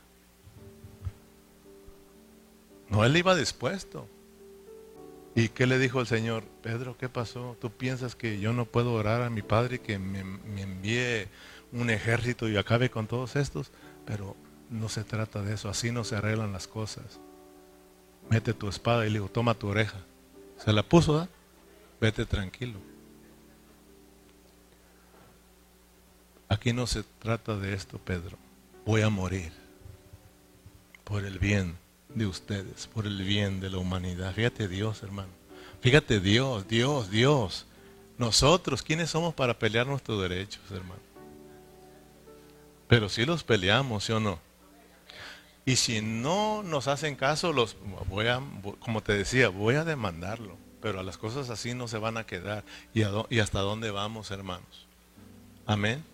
No, él iba dispuesto. ¿Y qué le dijo el Señor? Pedro, ¿qué pasó? ¿Tú piensas que yo no puedo orar a mi Padre que me, me envíe un ejército y acabe con todos estos? Pero no se trata de eso, así no se arreglan las cosas. Mete tu espada y le digo, toma tu oreja. Se la puso, ¿eh? Vete tranquilo. Aquí no se trata de esto, Pedro. Voy a morir por el bien de ustedes, por el bien de la humanidad. Fíjate Dios, hermano. Fíjate Dios, Dios, Dios. Nosotros, ¿quiénes somos para pelear nuestros derechos, hermano? Pero sí los peleamos, ¿sí o no? Y si no nos hacen caso, los voy a, como te decía, voy a demandarlo. Pero a las cosas así no se van a quedar. ¿Y, a do, y hasta dónde vamos, hermanos? Amén.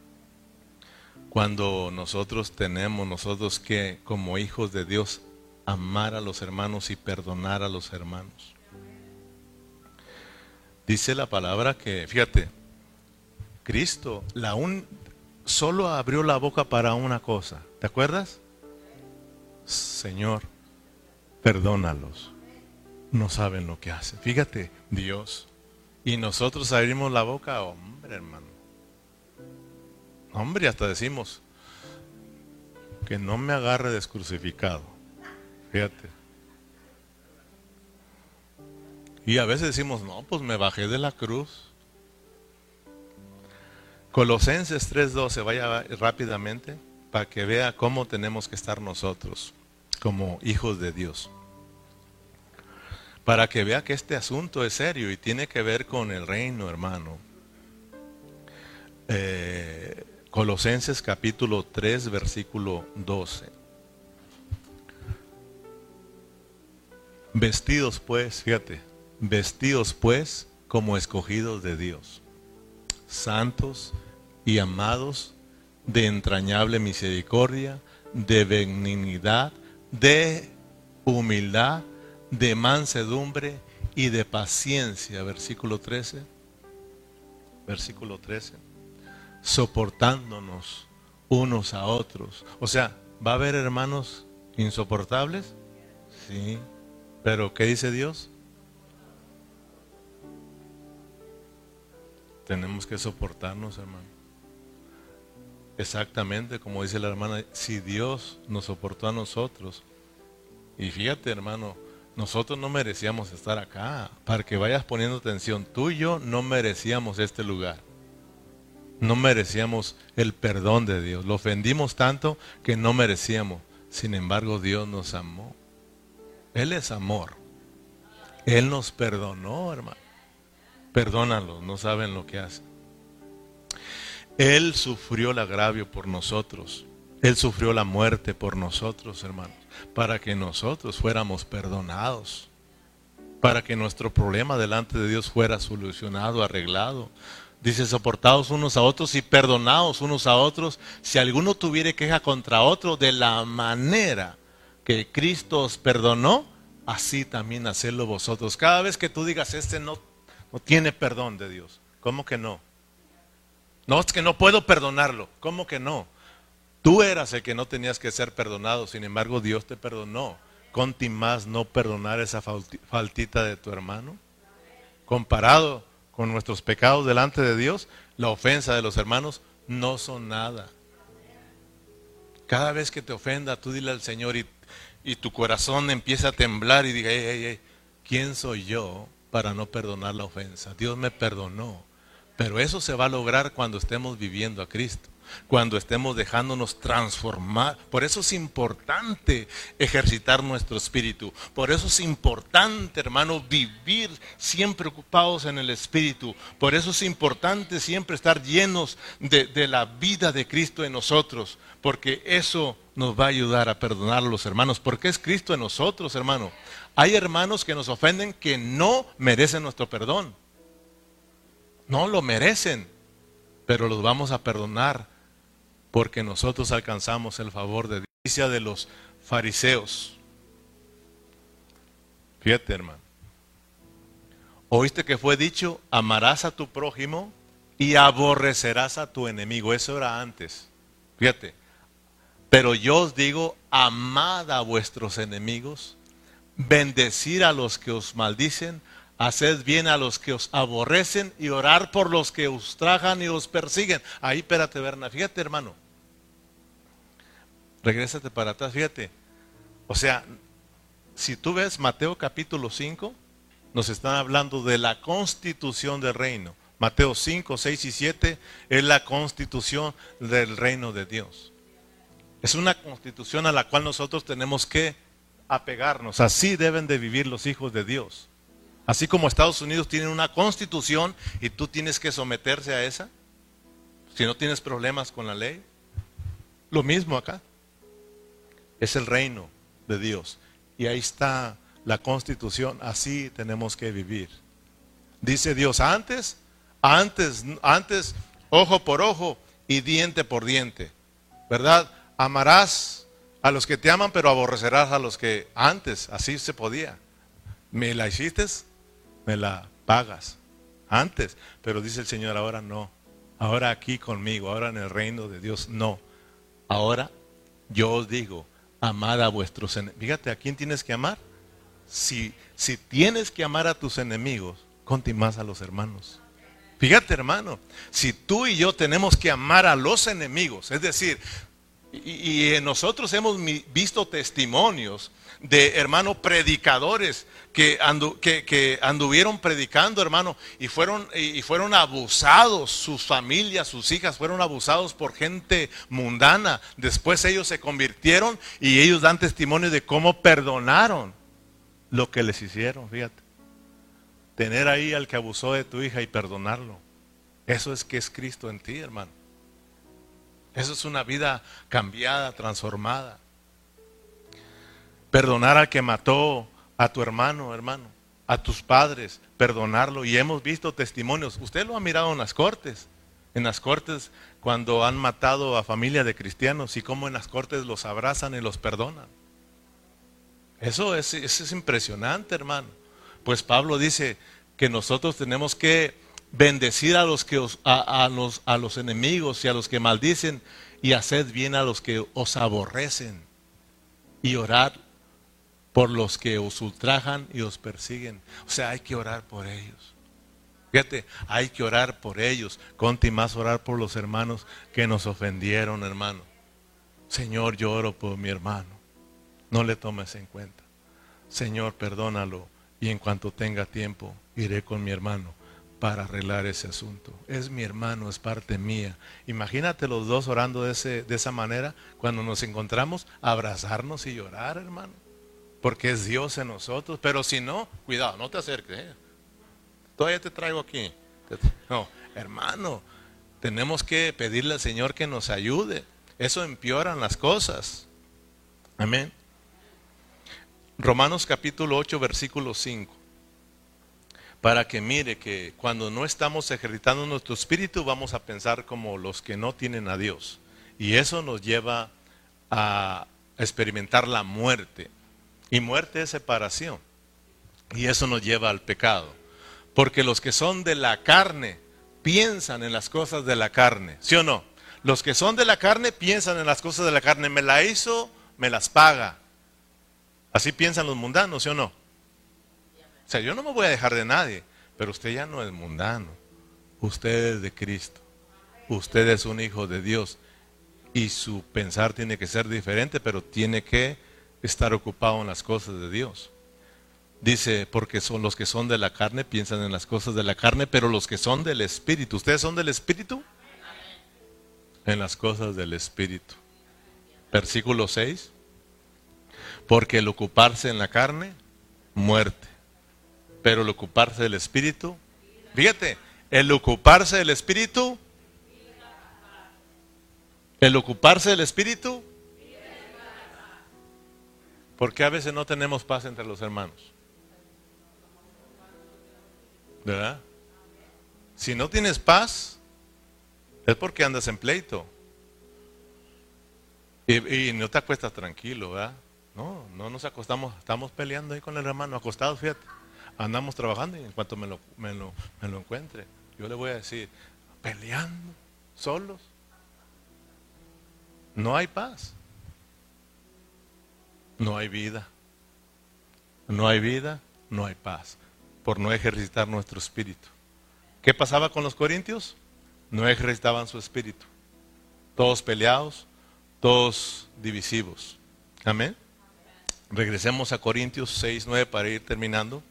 Cuando nosotros tenemos, nosotros que como hijos de Dios, amar a los hermanos y perdonar a los hermanos. Dice la palabra que, fíjate, Cristo la un, solo abrió la boca para una cosa. ¿Te acuerdas? Señor, perdónalos. No saben lo que hacen. Fíjate, Dios. Y nosotros abrimos la boca, hombre, hermano. Hombre, hasta decimos que no me agarre descrucificado. Fíjate. Y a veces decimos, no, pues me bajé de la cruz. Colosenses tres doce, vaya rápidamente, para que vea cómo tenemos que estar nosotros, como hijos de Dios. Para que vea que este asunto es serio y tiene que ver con el reino, hermano. Eh, Colosenses capítulo tres, versículo doce. Vestidos pues, fíjate, vestidos pues como escogidos de Dios, santos y amados, de entrañable misericordia, de benignidad, de humildad, de mansedumbre y de paciencia. Versículo trece. Versículo trece. Soportándonos unos a otros. O sea, ¿va a haber hermanos insoportables? Sí. Pero ¿qué dice Dios? Tenemos que soportarnos, hermano. Exactamente como dice la hermana, si Dios nos soportó a nosotros. Y fíjate, hermano, nosotros no merecíamos estar acá. Para que vayas poniendo atención, tú y yo no merecíamos este lugar. No merecíamos el perdón de Dios. Lo ofendimos tanto que no merecíamos. Sin embargo, Dios nos amó. Él es amor. Él nos perdonó, hermano. Perdónalos, no saben lo que hacen. Él sufrió el agravio por nosotros. Él sufrió la muerte por nosotros, hermanos, para que nosotros fuéramos perdonados, para que nuestro problema delante de Dios fuera solucionado, arreglado. Dice, soportados unos a otros y perdonados unos a otros, si alguno tuviere queja contra otro, de la manera que Cristo os perdonó, así también hacedlo vosotros. Cada vez que tú digas, este no, no tiene perdón de Dios, ¿Cómo que no? No, es que no puedo perdonarlo. ¿Cómo que no? Tú eras el que no tenías que ser perdonado, sin embargo Dios te perdonó. Conti más no perdonar esa faltita de tu hermano. Comparado con nuestros pecados delante de Dios, la ofensa de los hermanos no son nada. Cada vez que te ofenda, tú dile al Señor y, y tu corazón empieza a temblar y diga, hey, hey, hey, ¿quién soy yo para no perdonar la ofensa? Dios me perdonó. Pero eso se va a lograr cuando estemos viviendo a Cristo, cuando estemos dejándonos transformar. Por eso es importante ejercitar nuestro espíritu. Por eso es importante, hermano, vivir siempre ocupados en el espíritu. Por eso es importante siempre estar llenos de, de la vida de Cristo en nosotros. Porque eso nos va a ayudar a perdonar a los hermanos. Porque es Cristo en nosotros, hermano. Hay hermanos que nos ofenden que no merecen nuestro perdón. No lo merecen, pero los vamos a perdonar porque nosotros alcanzamos el favor de Dios. De los fariseos. Fíjate, hermano. Oíste que fue dicho, amarás a tu prójimo y aborrecerás a tu enemigo. Eso era antes. Fíjate. Pero yo os digo, amad a vuestros enemigos, bendecir a los que os maldicen, haced bien a los que os aborrecen y orar por los que os trajan y os persiguen. Ahí, espérate, Berna, fíjate, hermano. Regrésate para atrás, fíjate. O sea, si tú ves Mateo capítulo cinco, nos están hablando de la constitución del reino. Mateo cinco, seis y siete es la constitución del reino de Dios. Es una constitución a la cual nosotros tenemos que apegarnos. Así deben de vivir los hijos de Dios. Así como Estados Unidos tiene una constitución y tú tienes que someterse a esa, si no tienes problemas con la ley. Lo mismo acá. Es el reino de Dios. Y ahí está la constitución. Así tenemos que vivir. Dice Dios, antes, antes, antes, ojo por ojo y diente por diente. ¿Verdad? Amarás a los que te aman, pero aborrecerás a los que antes, así se podía. ¿Me la hiciste? Me la pagas antes, pero dice el Señor, ahora no, ahora aquí conmigo, ahora en el reino de Dios, no, ahora yo os digo, amad a vuestros enemigos. Fíjate, ¿a quién tienes que amar? Si, si tienes que amar a tus enemigos, conti más a los hermanos. Fíjate, hermano, si tú y yo tenemos que amar a los enemigos, es decir, y, y nosotros hemos visto testimonios de hermanos predicadores que, andu, que, que anduvieron predicando, hermano, y fueron, y fueron abusados, sus familias, sus hijas fueron abusados por gente mundana. Después ellos se convirtieron y ellos dan testimonio de cómo perdonaron lo que les hicieron. Fíjate, tener ahí al que abusó de tu hija y perdonarlo, eso es que es Cristo en ti, hermano. Eso es una vida cambiada, transformada. Perdonar al que mató a tu hermano, hermano, a tus padres, perdonarlo. Y hemos visto testimonios, usted lo ha mirado en las cortes, en las cortes cuando han matado a familia de cristianos y cómo en las cortes los abrazan y los perdonan. Eso es, eso es impresionante, hermano. Pues Pablo dice que nosotros tenemos que bendecir a los que os, a, a los, a los enemigos y a los que maldicen y haced bien a los que os aborrecen y orar por los que os ultrajan y os persiguen. O sea, hay que orar por ellos. Fíjate, hay que orar por ellos. Conti más orar por los hermanos que nos ofendieron, hermano. Señor, yo oro por mi hermano. No le tomes en cuenta. Señor, perdónalo. Y en cuanto tenga tiempo, iré con mi hermano para arreglar ese asunto. Es mi hermano, es parte mía. Imagínate los dos orando de, ese, de esa manera, cuando nos encontramos, abrazarnos y llorar, hermano. Porque es Dios en nosotros. Pero si no, cuidado, no te acerques. ¿eh? Todavía te traigo aquí. No, hermano, tenemos que pedirle al Señor que nos ayude. Eso empeoran las cosas. Amén. Romanos capítulo ocho, versículo cinco. Para que mire que cuando no estamos ejercitando nuestro espíritu, vamos a pensar como los que no tienen a Dios. Y eso nos lleva a experimentar la muerte. Y muerte es separación. Y eso nos lleva al pecado. Porque los que son de la carne piensan en las cosas de la carne, ¿sí o no? Los que son de la carne piensan en las cosas de la carne. Me la hizo, me las paga. Así piensan los mundanos, ¿sí o no? O sea, yo no me voy a dejar de nadie, pero usted ya no es mundano. Usted es de Cristo. Usted es un hijo de Dios. Y su pensar tiene que ser diferente, pero tiene que estar ocupado en las cosas de Dios. Dice, porque son los que son de la carne, piensan en las cosas de la carne, pero los que son del Espíritu. ¿Ustedes son del Espíritu? En las cosas del Espíritu. Versículo seis. Porque el ocuparse en la carne, muerte. Pero el ocuparse del Espíritu, fíjate, el ocuparse del Espíritu, el ocuparse del Espíritu, ¿por qué a veces no tenemos paz entre los hermanos? ¿Verdad? Si no tienes paz, es porque andas en pleito. Y, y no te acuestas tranquilo, ¿verdad? No, no nos acostamos, estamos peleando ahí con el hermano, acostados, fíjate. Andamos trabajando y en cuanto me lo, me lo, me lo encuentre, yo le voy a decir, peleando, solos. No hay paz. No hay vida. No hay vida, no hay paz. Por no ejercitar nuestro espíritu. ¿Qué pasaba con los corintios? No ejercitaban su espíritu. Todos peleados, todos divisivos. Amén. Regresemos a Corintios seis, nueve para ir terminando.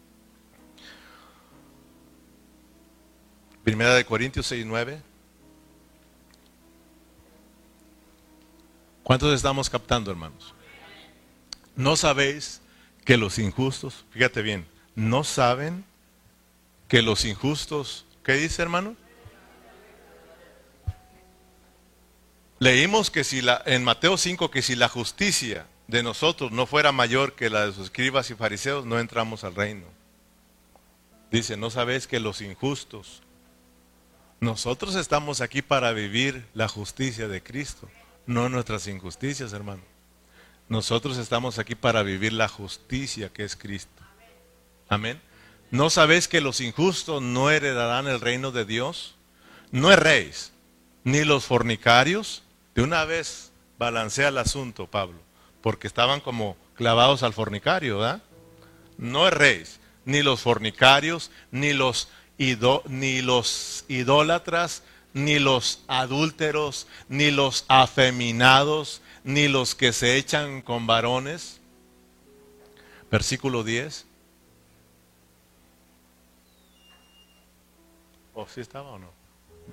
Primera de Corintios seis, nueve. ¿Cuántos estamos captando, hermanos? ¿No sabéis que los injustos, fíjate bien, no saben que los injustos, ¿qué dice, hermano? Leímos que si la, en Mateo cinco, que si la justicia de nosotros no fuera mayor que la de sus escribas y fariseos, no entramos al reino. Dice, ¿no sabéis que los injustos? Nosotros estamos aquí para vivir la justicia de Cristo, no nuestras injusticias, hermano. Nosotros estamos aquí para vivir la justicia que es Cristo. Amén. ¿No sabéis que los injustos no heredarán el reino de Dios? No erréis, ni los fornicarios. De una vez balancea el asunto, Pablo, porque estaban como clavados al fornicario, ¿verdad? No erréis, ni los fornicarios, ni los, ido, ni los idólatras, ni los adúlteros, ni los afeminados, ni los que se echan con varones. Versículo diez. ¿O sí estaba o no?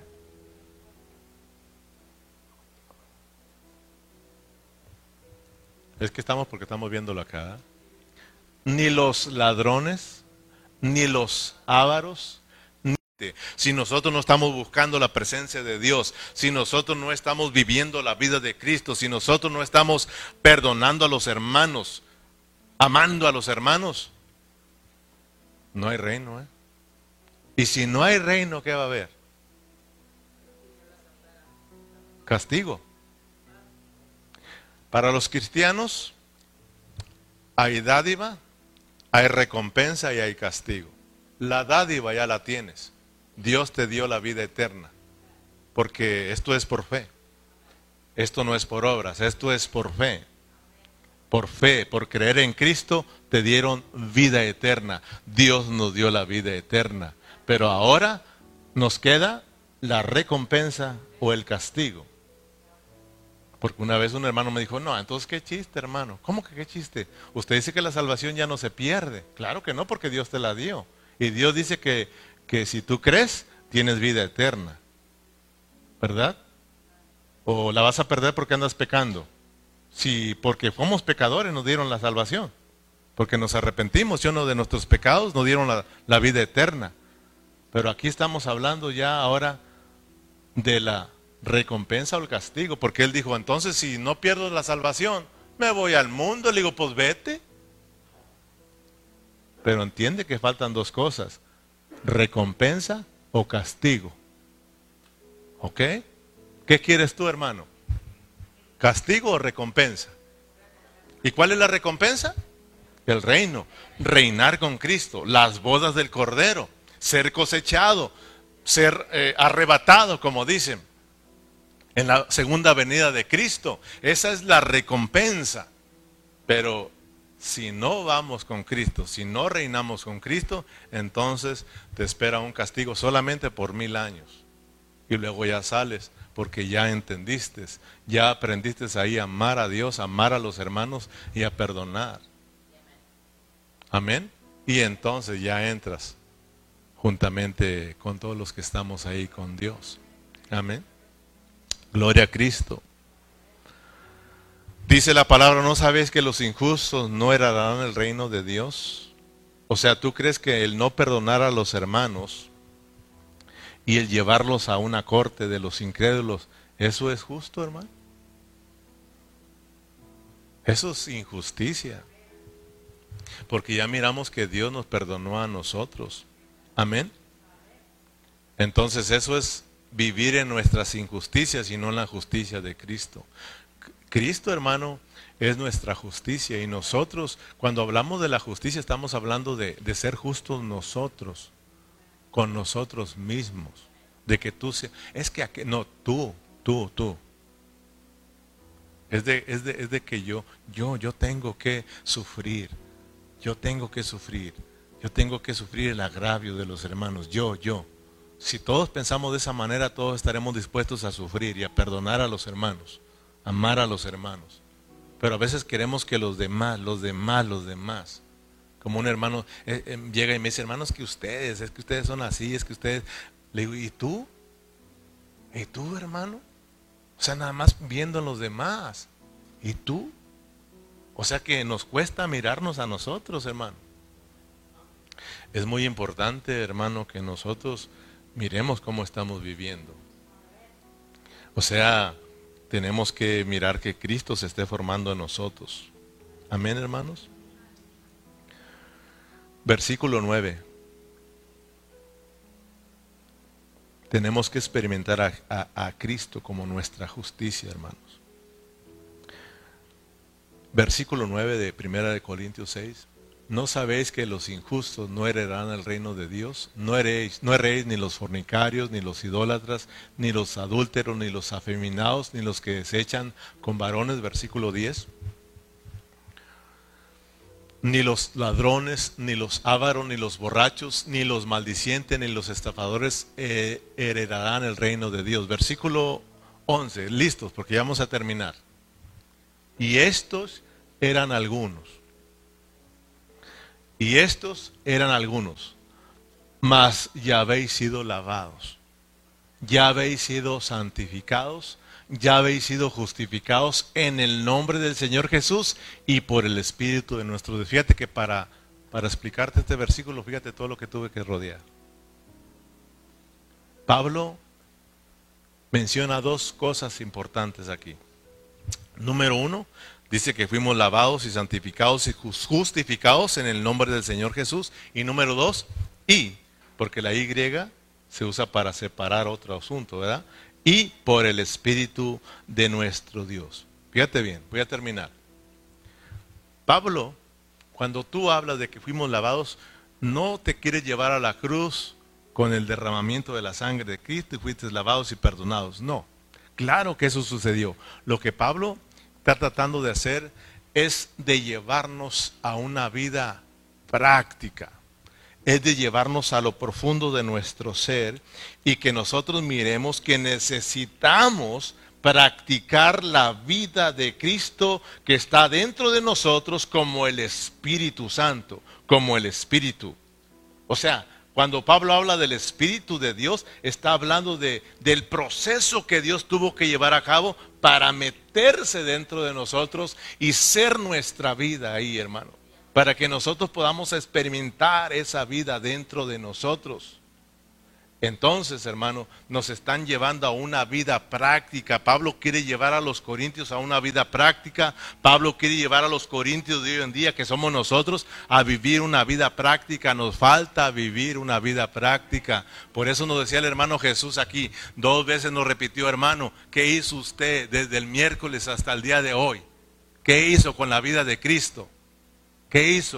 Es que estamos porque estamos viéndolo acá. ¿eh? Ni los ladrones, ni los ávaros. Si nosotros no estamos buscando la presencia de Dios, si nosotros no estamos viviendo la vida de Cristo, si nosotros no estamos perdonando a los hermanos, amando a los hermanos, no hay reino. ¿eh? Y si no hay reino, ¿qué va a haber? Castigo. Para los cristianos hay dádiva, hay recompensa y hay castigo. La dádiva ya la tienes. Dios te dio la vida eterna, porque esto es por fe. Esto no es por obras, esto es por fe. Por fe, por creer en Cristo, te dieron vida eterna. Dios nos dio la vida eterna. Pero ahora nos queda la recompensa o el castigo. Porque una vez un hermano me dijo, no, entonces qué chiste, hermano. ¿Cómo que qué chiste? Usted dice que la salvación ya no se pierde. Claro que no, porque Dios te la dio. Y Dios dice que, que si tú crees, tienes vida eterna. ¿Verdad? ¿O la vas a perder porque andas pecando? Si porque fuimos pecadores nos dieron la salvación. Porque nos arrepentimos, ¿sí o no? De nuestros pecados nos dieron la, la vida eterna. Pero aquí estamos hablando ya ahora de la recompensa o el castigo, porque él dijo, entonces si no pierdo la salvación, me voy al mundo. Le digo, pues vete. Pero entiende que faltan dos cosas, recompensa o castigo. ¿Ok? ¿Qué quieres tú, hermano? ¿Castigo o recompensa? ¿Y cuál es la recompensa? El reino, reinar con Cristo, las bodas del Cordero, ser cosechado, ser eh, arrebatado, como dicen, en la segunda venida de Cristo. Esa es la recompensa. Pero si no vamos con Cristo, si no reinamos con Cristo, entonces te espera un castigo solamente por mil años. Y luego ya sales, porque ya entendiste, ya aprendiste ahí a amar a Dios, a amar a los hermanos y a perdonar. Amén. Y entonces ya entras juntamente con todos los que estamos ahí con Dios. Amén. Gloria a Cristo. Dice la palabra, ¿no sabéis que los injustos no heredarán el reino de Dios? O sea, ¿tú crees que el no perdonar a los hermanos y el llevarlos a una corte de los incrédulos, eso es justo, hermano? Eso es injusticia. Porque ya miramos que Dios nos perdonó a nosotros. Amén. Entonces eso es vivir en nuestras injusticias y no en la justicia de Cristo. Cristo, hermano, es nuestra justicia. Y nosotros, cuando hablamos de la justicia, estamos hablando de, de ser justos nosotros, con nosotros mismos. De que tú seas, es que, aquel, no, tú, tú, tú. Es de, es de, es de que yo, yo, yo tengo que sufrir. Yo tengo que sufrir. Yo tengo que sufrir el agravio de los hermanos. Yo, yo. Si todos pensamos de esa manera, todos estaremos dispuestos a sufrir y a perdonar a los hermanos, amar a los hermanos. Pero a veces queremos que los demás, los demás, los demás. Como un hermano eh, eh, llega y me dice, hermanos, que ustedes, es que ustedes son así, es que ustedes... Le digo, ¿y tú? ¿Y tú, hermano? O sea, nada más viendo a los demás. ¿Y tú? O sea que nos cuesta mirarnos a nosotros, hermano. Es muy importante, hermano, que nosotros miremos cómo estamos viviendo. O sea, tenemos que mirar que Cristo se esté formando en nosotros. Amén, hermanos. Versículo nueve. Tenemos que experimentar a, a, a Cristo como nuestra justicia, hermanos. Versículo nueve de primera de Corintios seis. ¿No sabéis que los injustos no heredarán el reino de Dios? No heréis, no heréis ni los fornicarios, ni los idólatras, ni los adúlteros, ni los afeminados, ni los que desechan con varones, versículo diez. Ni los ladrones, ni los ávaros, ni los borrachos, ni los maldicientes, ni los estafadores eh, heredarán el reino de Dios. Versículo once, listos, porque ya vamos a terminar. Y estos eran algunos. Y estos eran algunos. Mas ya habéis sido lavados. Ya habéis sido santificados. Ya habéis sido justificados en el nombre del Señor Jesús y por el Espíritu de nuestro Dios. Fíjate que para, para explicarte este versículo, fíjate todo lo que tuve que rodear. Pablo menciona dos cosas importantes aquí. Número uno, dice que fuimos lavados y santificados y justificados en el nombre del Señor Jesús. Y número dos, y, porque la Y se usa para separar otro asunto, ¿verdad? Y por el Espíritu de nuestro Dios. Fíjate bien, voy a terminar. Pablo, cuando tú hablas de que fuimos lavados, no te quieres llevar a la cruz con el derramamiento de la sangre de Cristo y fuiste lavados y perdonados. No, claro que eso sucedió. Lo que Pablo está tratando de hacer es de llevarnos a una vida práctica. Es de llevarnos a lo profundo de nuestro ser y que nosotros miremos que necesitamos practicar la vida de Cristo que está dentro de nosotros como el Espíritu Santo, como el Espíritu. O sea, cuando Pablo habla del Espíritu de Dios, está hablando de, del proceso que Dios tuvo que llevar a cabo para meterse dentro de nosotros y ser nuestra vida ahí, hermano. Para que nosotros podamos experimentar esa vida dentro de nosotros. Entonces, hermano, nos están llevando a una vida práctica. Pablo quiere llevar a los corintios a una vida práctica. Pablo quiere llevar a los corintios de hoy en día, que somos nosotros, a vivir una vida práctica. Nos falta vivir una vida práctica. Por eso nos decía el hermano Jesús aquí, dos veces nos repitió, hermano, ¿qué hizo usted desde el miércoles hasta el día de hoy? ¿Qué hizo con la vida de Cristo? ¿Qué hizo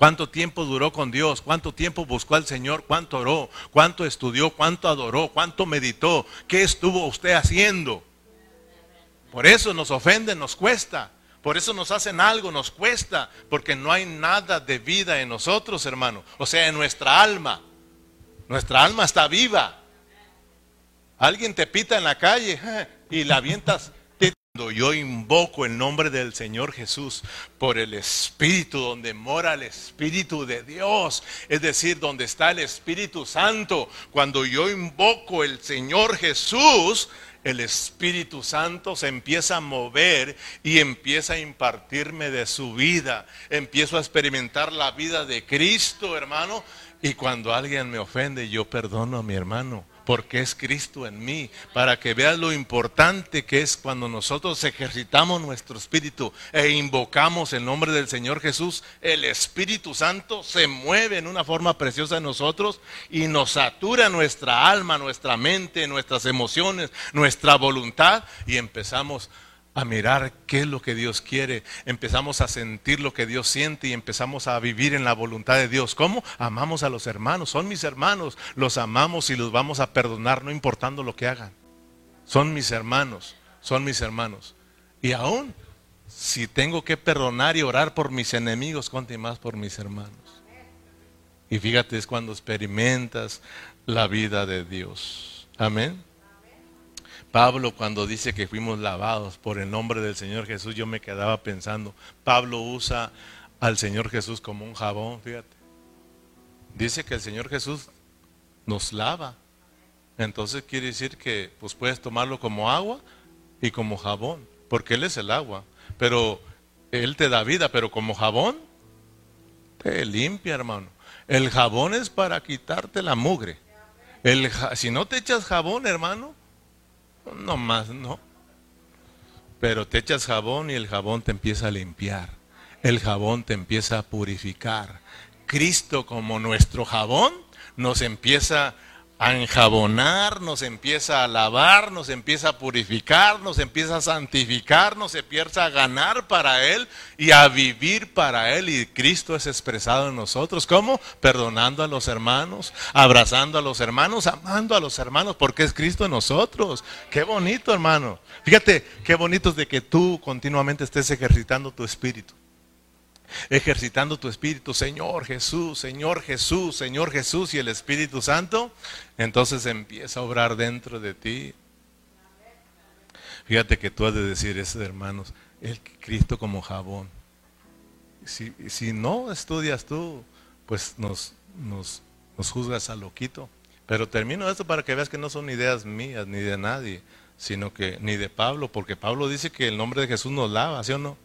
¿Cuánto tiempo duró con Dios? ¿Cuánto tiempo buscó al Señor? ¿Cuánto oró? ¿Cuánto estudió? ¿Cuánto adoró? ¿Cuánto meditó? ¿Qué estuvo usted haciendo? Por eso nos ofenden, nos cuesta. Por eso nos hacen algo, nos cuesta. Porque no hay nada de vida en nosotros, hermano. O sea, en nuestra alma. Nuestra alma está viva. Alguien te pita en la calle y la avientas. Cuando yo invoco el nombre del Señor Jesús por el Espíritu, donde mora el Espíritu de Dios, es decir, donde está el Espíritu Santo, cuando yo invoco el Señor Jesús, el Espíritu Santo se empieza a mover y empieza a impartirme de su vida. Empiezo a experimentar la vida de Cristo, hermano, y cuando alguien me ofende, yo perdono a mi hermano. Porque es Cristo en mí, para que veas lo importante que es cuando nosotros ejercitamos nuestro espíritu e invocamos el nombre del Señor Jesús. El Espíritu Santo se mueve en una forma preciosa en nosotros y nos satura nuestra alma, nuestra mente, nuestras emociones, nuestra voluntad, y empezamos a mirar qué es lo que Dios quiere, empezamos a sentir lo que Dios siente y empezamos a vivir en la voluntad de Dios. ¿Cómo? Amamos a los hermanos, son mis hermanos, los amamos y los vamos a perdonar no importando lo que hagan. Son mis hermanos, son mis hermanos. Y aún si tengo que perdonar y orar por mis enemigos, cuánto más por mis hermanos. Y fíjate, es cuando experimentas la vida de Dios. Amén. Pablo, cuando dice que fuimos lavados por el nombre del Señor Jesús, yo me quedaba pensando, Pablo usa al Señor Jesús como un jabón, fíjate. Dice que el Señor Jesús nos lava. Entonces quiere decir que pues puedes tomarlo como agua y como jabón, porque Él es el agua. Pero Él te da vida, pero como jabón te limpia, hermano. El jabón es para quitarte la mugre. El, si no te echas jabón, hermano, no más, no. Pero te echas jabón y el jabón te empieza a limpiar. El jabón te empieza a purificar. Cristo como nuestro jabón nos empieza a enjabonar, nos empieza a lavar, nos empieza a purificar, nos empieza a santificar, nos empieza a ganar para Él y a vivir para Él. Y Cristo es expresado en nosotros. ¿Cómo? Perdonando a los hermanos, abrazando a los hermanos, amando a los hermanos, porque es Cristo en nosotros. Qué bonito, hermano. Fíjate, qué bonito es de que tú continuamente estés ejercitando tu espíritu. Ejercitando tu espíritu, Señor Jesús, Señor Jesús, Señor Jesús, y el Espíritu Santo entonces empieza a obrar dentro de ti. Fíjate que tú has de decir, esos hermanos, el Cristo como jabón. Si, si no estudias tú, pues nos, nos, nos juzgas a loquito. Pero termino esto para que veas que no son ideas mías ni de nadie, sino que ni de Pablo, porque Pablo dice que el nombre de Jesús nos lava, ¿sí o no?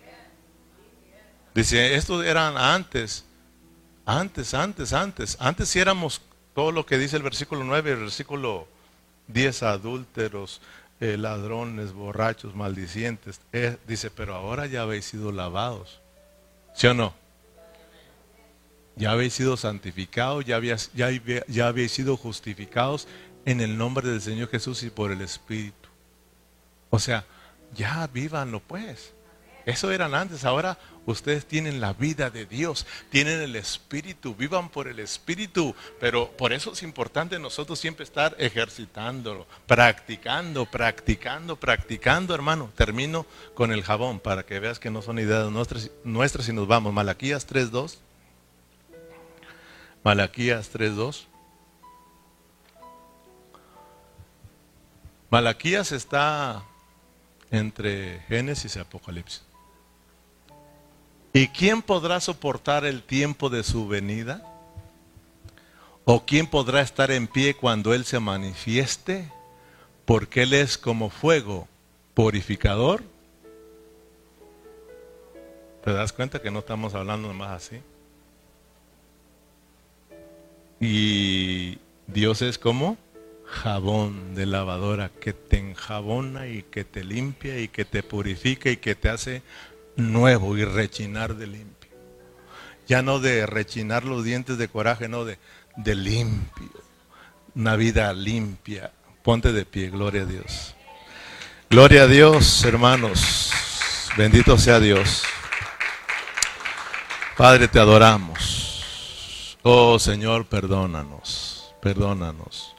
Dice, estos eran antes, antes, antes, antes. Antes sí éramos todo lo que dice el versículo nueve, el versículo diez, adúlteros, eh, ladrones, borrachos, maldicientes. Eh, dice, pero ahora ya habéis sido lavados. ¿Sí o no? Ya habéis sido santificados, ya, habías, ya, ya habéis sido justificados en el nombre del Señor Jesús y por el Espíritu. O sea, ya vívanlo pues. Eso eran antes, ahora ustedes tienen la vida de Dios, tienen el Espíritu, vivan por el Espíritu. Pero por eso es importante nosotros siempre estar ejercitándolo, practicando, practicando, practicando, hermano. Termino con el jabón para que veas que no son ideas nuestras, nuestras y nos vamos. Malaquías tres dos. Malaquías tres dos. Malaquías está entre Génesis y Apocalipsis. ¿Y quién podrá soportar el tiempo de su venida? ¿O quién podrá estar en pie cuando Él se manifieste? Porque Él es como fuego purificador. ¿Te das cuenta que no estamos hablando nomás así? Y Dios es como jabón de lavadora que te enjabona y que te limpia y que te purifica y que te hace nuevo y rechinar de limpio. Ya no de rechinar los dientes de coraje, no, de, de limpio. Una vida limpia. Ponte de pie, gloria a Dios. Gloria a Dios, hermanos. Bendito sea Dios. Padre, te adoramos. Oh Señor, perdónanos, perdónanos.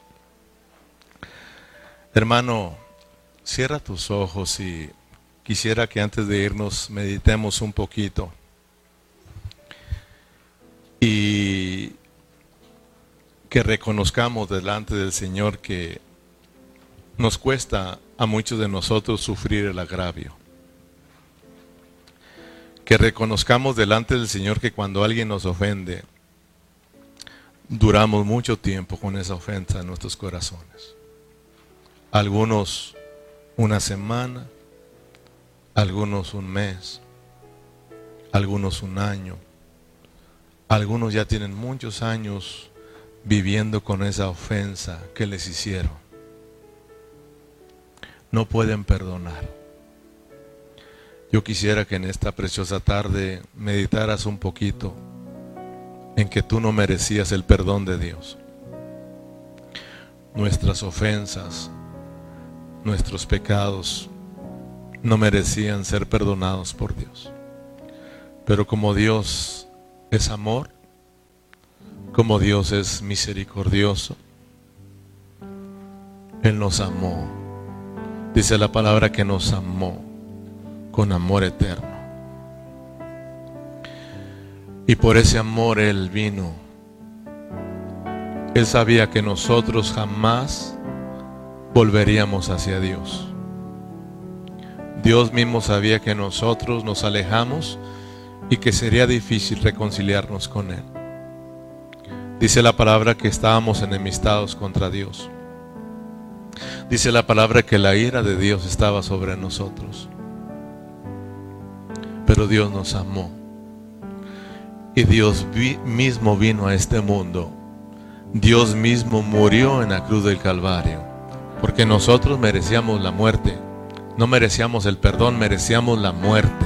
Hermano, cierra tus ojos y quisiera que antes de irnos meditemos un poquito. Y que reconozcamos delante del Señor que nos cuesta a muchos de nosotros sufrir el agravio. Que reconozcamos delante del Señor que cuando alguien nos ofende, duramos mucho tiempo con esa ofensa en nuestros corazones. Algunos una semana, algunos un mes, algunos un año, algunos ya tienen muchos años viviendo con esa ofensa que les hicieron. No pueden perdonar. Yo quisiera que en esta preciosa tarde meditaras un poquito en que tú no merecías el perdón de Dios. Nuestras ofensas, nuestros pecados no merecían ser perdonados por Dios. Pero como Dios es amor, como Dios es misericordioso, Él nos amó. Dice la palabra que nos amó con amor eterno. Y por ese amor Él vino. Él sabía que nosotros jamás volveríamos hacia Dios. Dios mismo sabía que nosotros nos alejamos y que sería difícil reconciliarnos con Él. Dice la palabra que estábamos enemistados contra Dios. Dice la palabra que la ira de Dios estaba sobre nosotros. Pero Dios nos amó. Y Dios vi- mismo vino a este mundo. Dios mismo murió en la cruz del Calvario. Porque nosotros merecíamos la muerte. No merecíamos el perdón, merecíamos la muerte.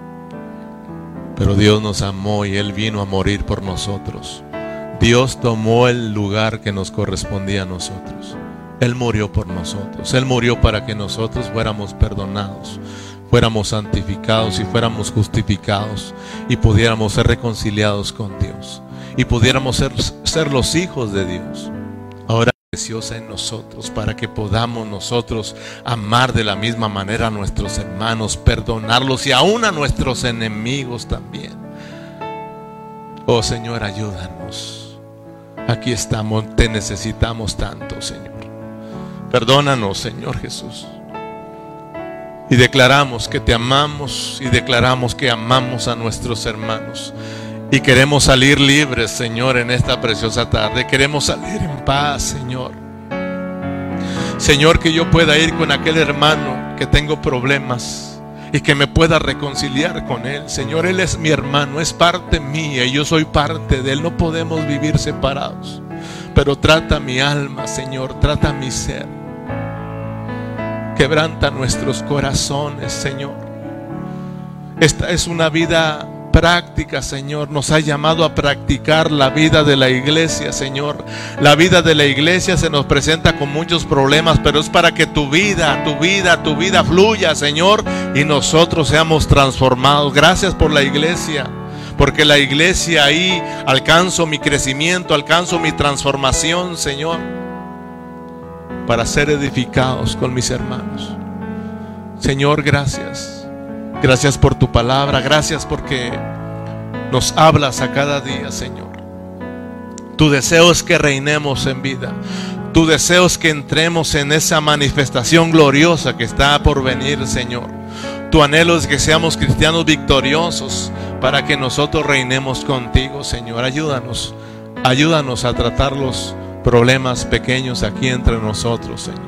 Pero Dios nos amó y Él vino a morir por nosotros. Dios tomó el lugar que nos correspondía a nosotros. Él murió por nosotros. Él murió para que nosotros fuéramos perdonados, fuéramos santificados y fuéramos justificados y pudiéramos ser reconciliados con Dios y pudiéramos ser, ser los hijos de Dios. Ahora preciosa en nosotros para que podamos nosotros amar de la misma manera a nuestros hermanos, perdonarlos y aún a nuestros enemigos también. Oh Señor, ayúdanos. Aquí estamos, te necesitamos tanto, Señor. Perdónanos, Señor Jesús. Y declaramos que te amamos y declaramos que amamos a nuestros hermanos. Y queremos salir libres, Señor, en esta preciosa tarde. Queremos salir en paz, Señor. Señor, que yo pueda ir con aquel hermano que tengo problemas y que me pueda reconciliar con él. Señor, él es mi hermano, es parte mía y yo soy parte de él. No podemos vivir separados. Pero trata mi alma, Señor, trata mi ser. Quebranta nuestros corazones, Señor. Esta es una vida práctica, Señor. Nos ha llamado a practicar la vida de la iglesia, Señor. La vida de la iglesia se nos presenta con muchos problemas, pero es para que tu vida, tu vida, tu vida fluya, Señor, y nosotros seamos transformados. Gracias por la iglesia, porque la iglesia ahí alcanzo mi crecimiento, alcanzo mi transformación, Señor, para ser edificados con mis hermanos. Señor, gracias. Gracias por tu palabra, gracias porque nos hablas a cada día, Señor. Tu deseo es que reinemos en vida. Tu deseo es que entremos en esa manifestación gloriosa que está por venir, Señor. Tu anhelo es que seamos cristianos victoriosos para que nosotros reinemos contigo, Señor. Ayúdanos, ayúdanos a tratar los problemas pequeños aquí entre nosotros, Señor.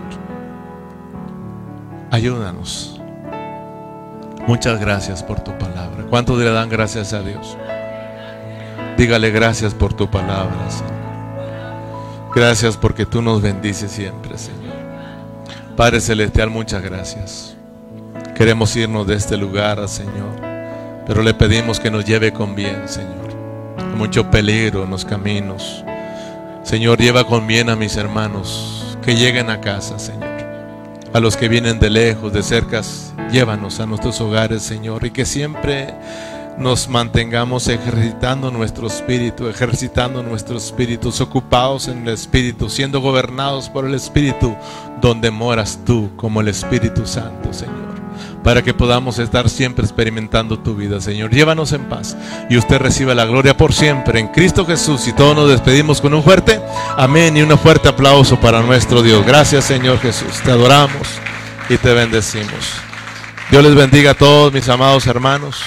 Ayúdanos. Muchas gracias por tu palabra. ¿Cuántos le dan gracias a Dios? Dígale gracias por tu palabra, Señor. Gracias porque tú nos bendices siempre, Señor. Padre Celestial, muchas gracias. Queremos irnos de este lugar, Señor, pero le pedimos que nos lleve con bien, Señor. Hay mucho peligro en los caminos. Señor, lleva con bien a mis hermanos que lleguen a casa, Señor. A los que vienen de lejos, de cerca, llévanos a nuestros hogares, Señor, y que siempre nos mantengamos ejercitando nuestro espíritu, ejercitando nuestros espíritus, ocupados en el Espíritu, siendo gobernados por el Espíritu, donde moras tú como el Espíritu Santo, Señor, para que podamos estar siempre experimentando tu vida, Señor. Llévanos en paz y usted reciba la gloria por siempre en Cristo Jesús. Y todos nos despedimos con un fuerte amén y un fuerte aplauso para nuestro Dios. Gracias, Señor Jesús, te adoramos y te bendecimos. Dios les bendiga a todos mis amados hermanos.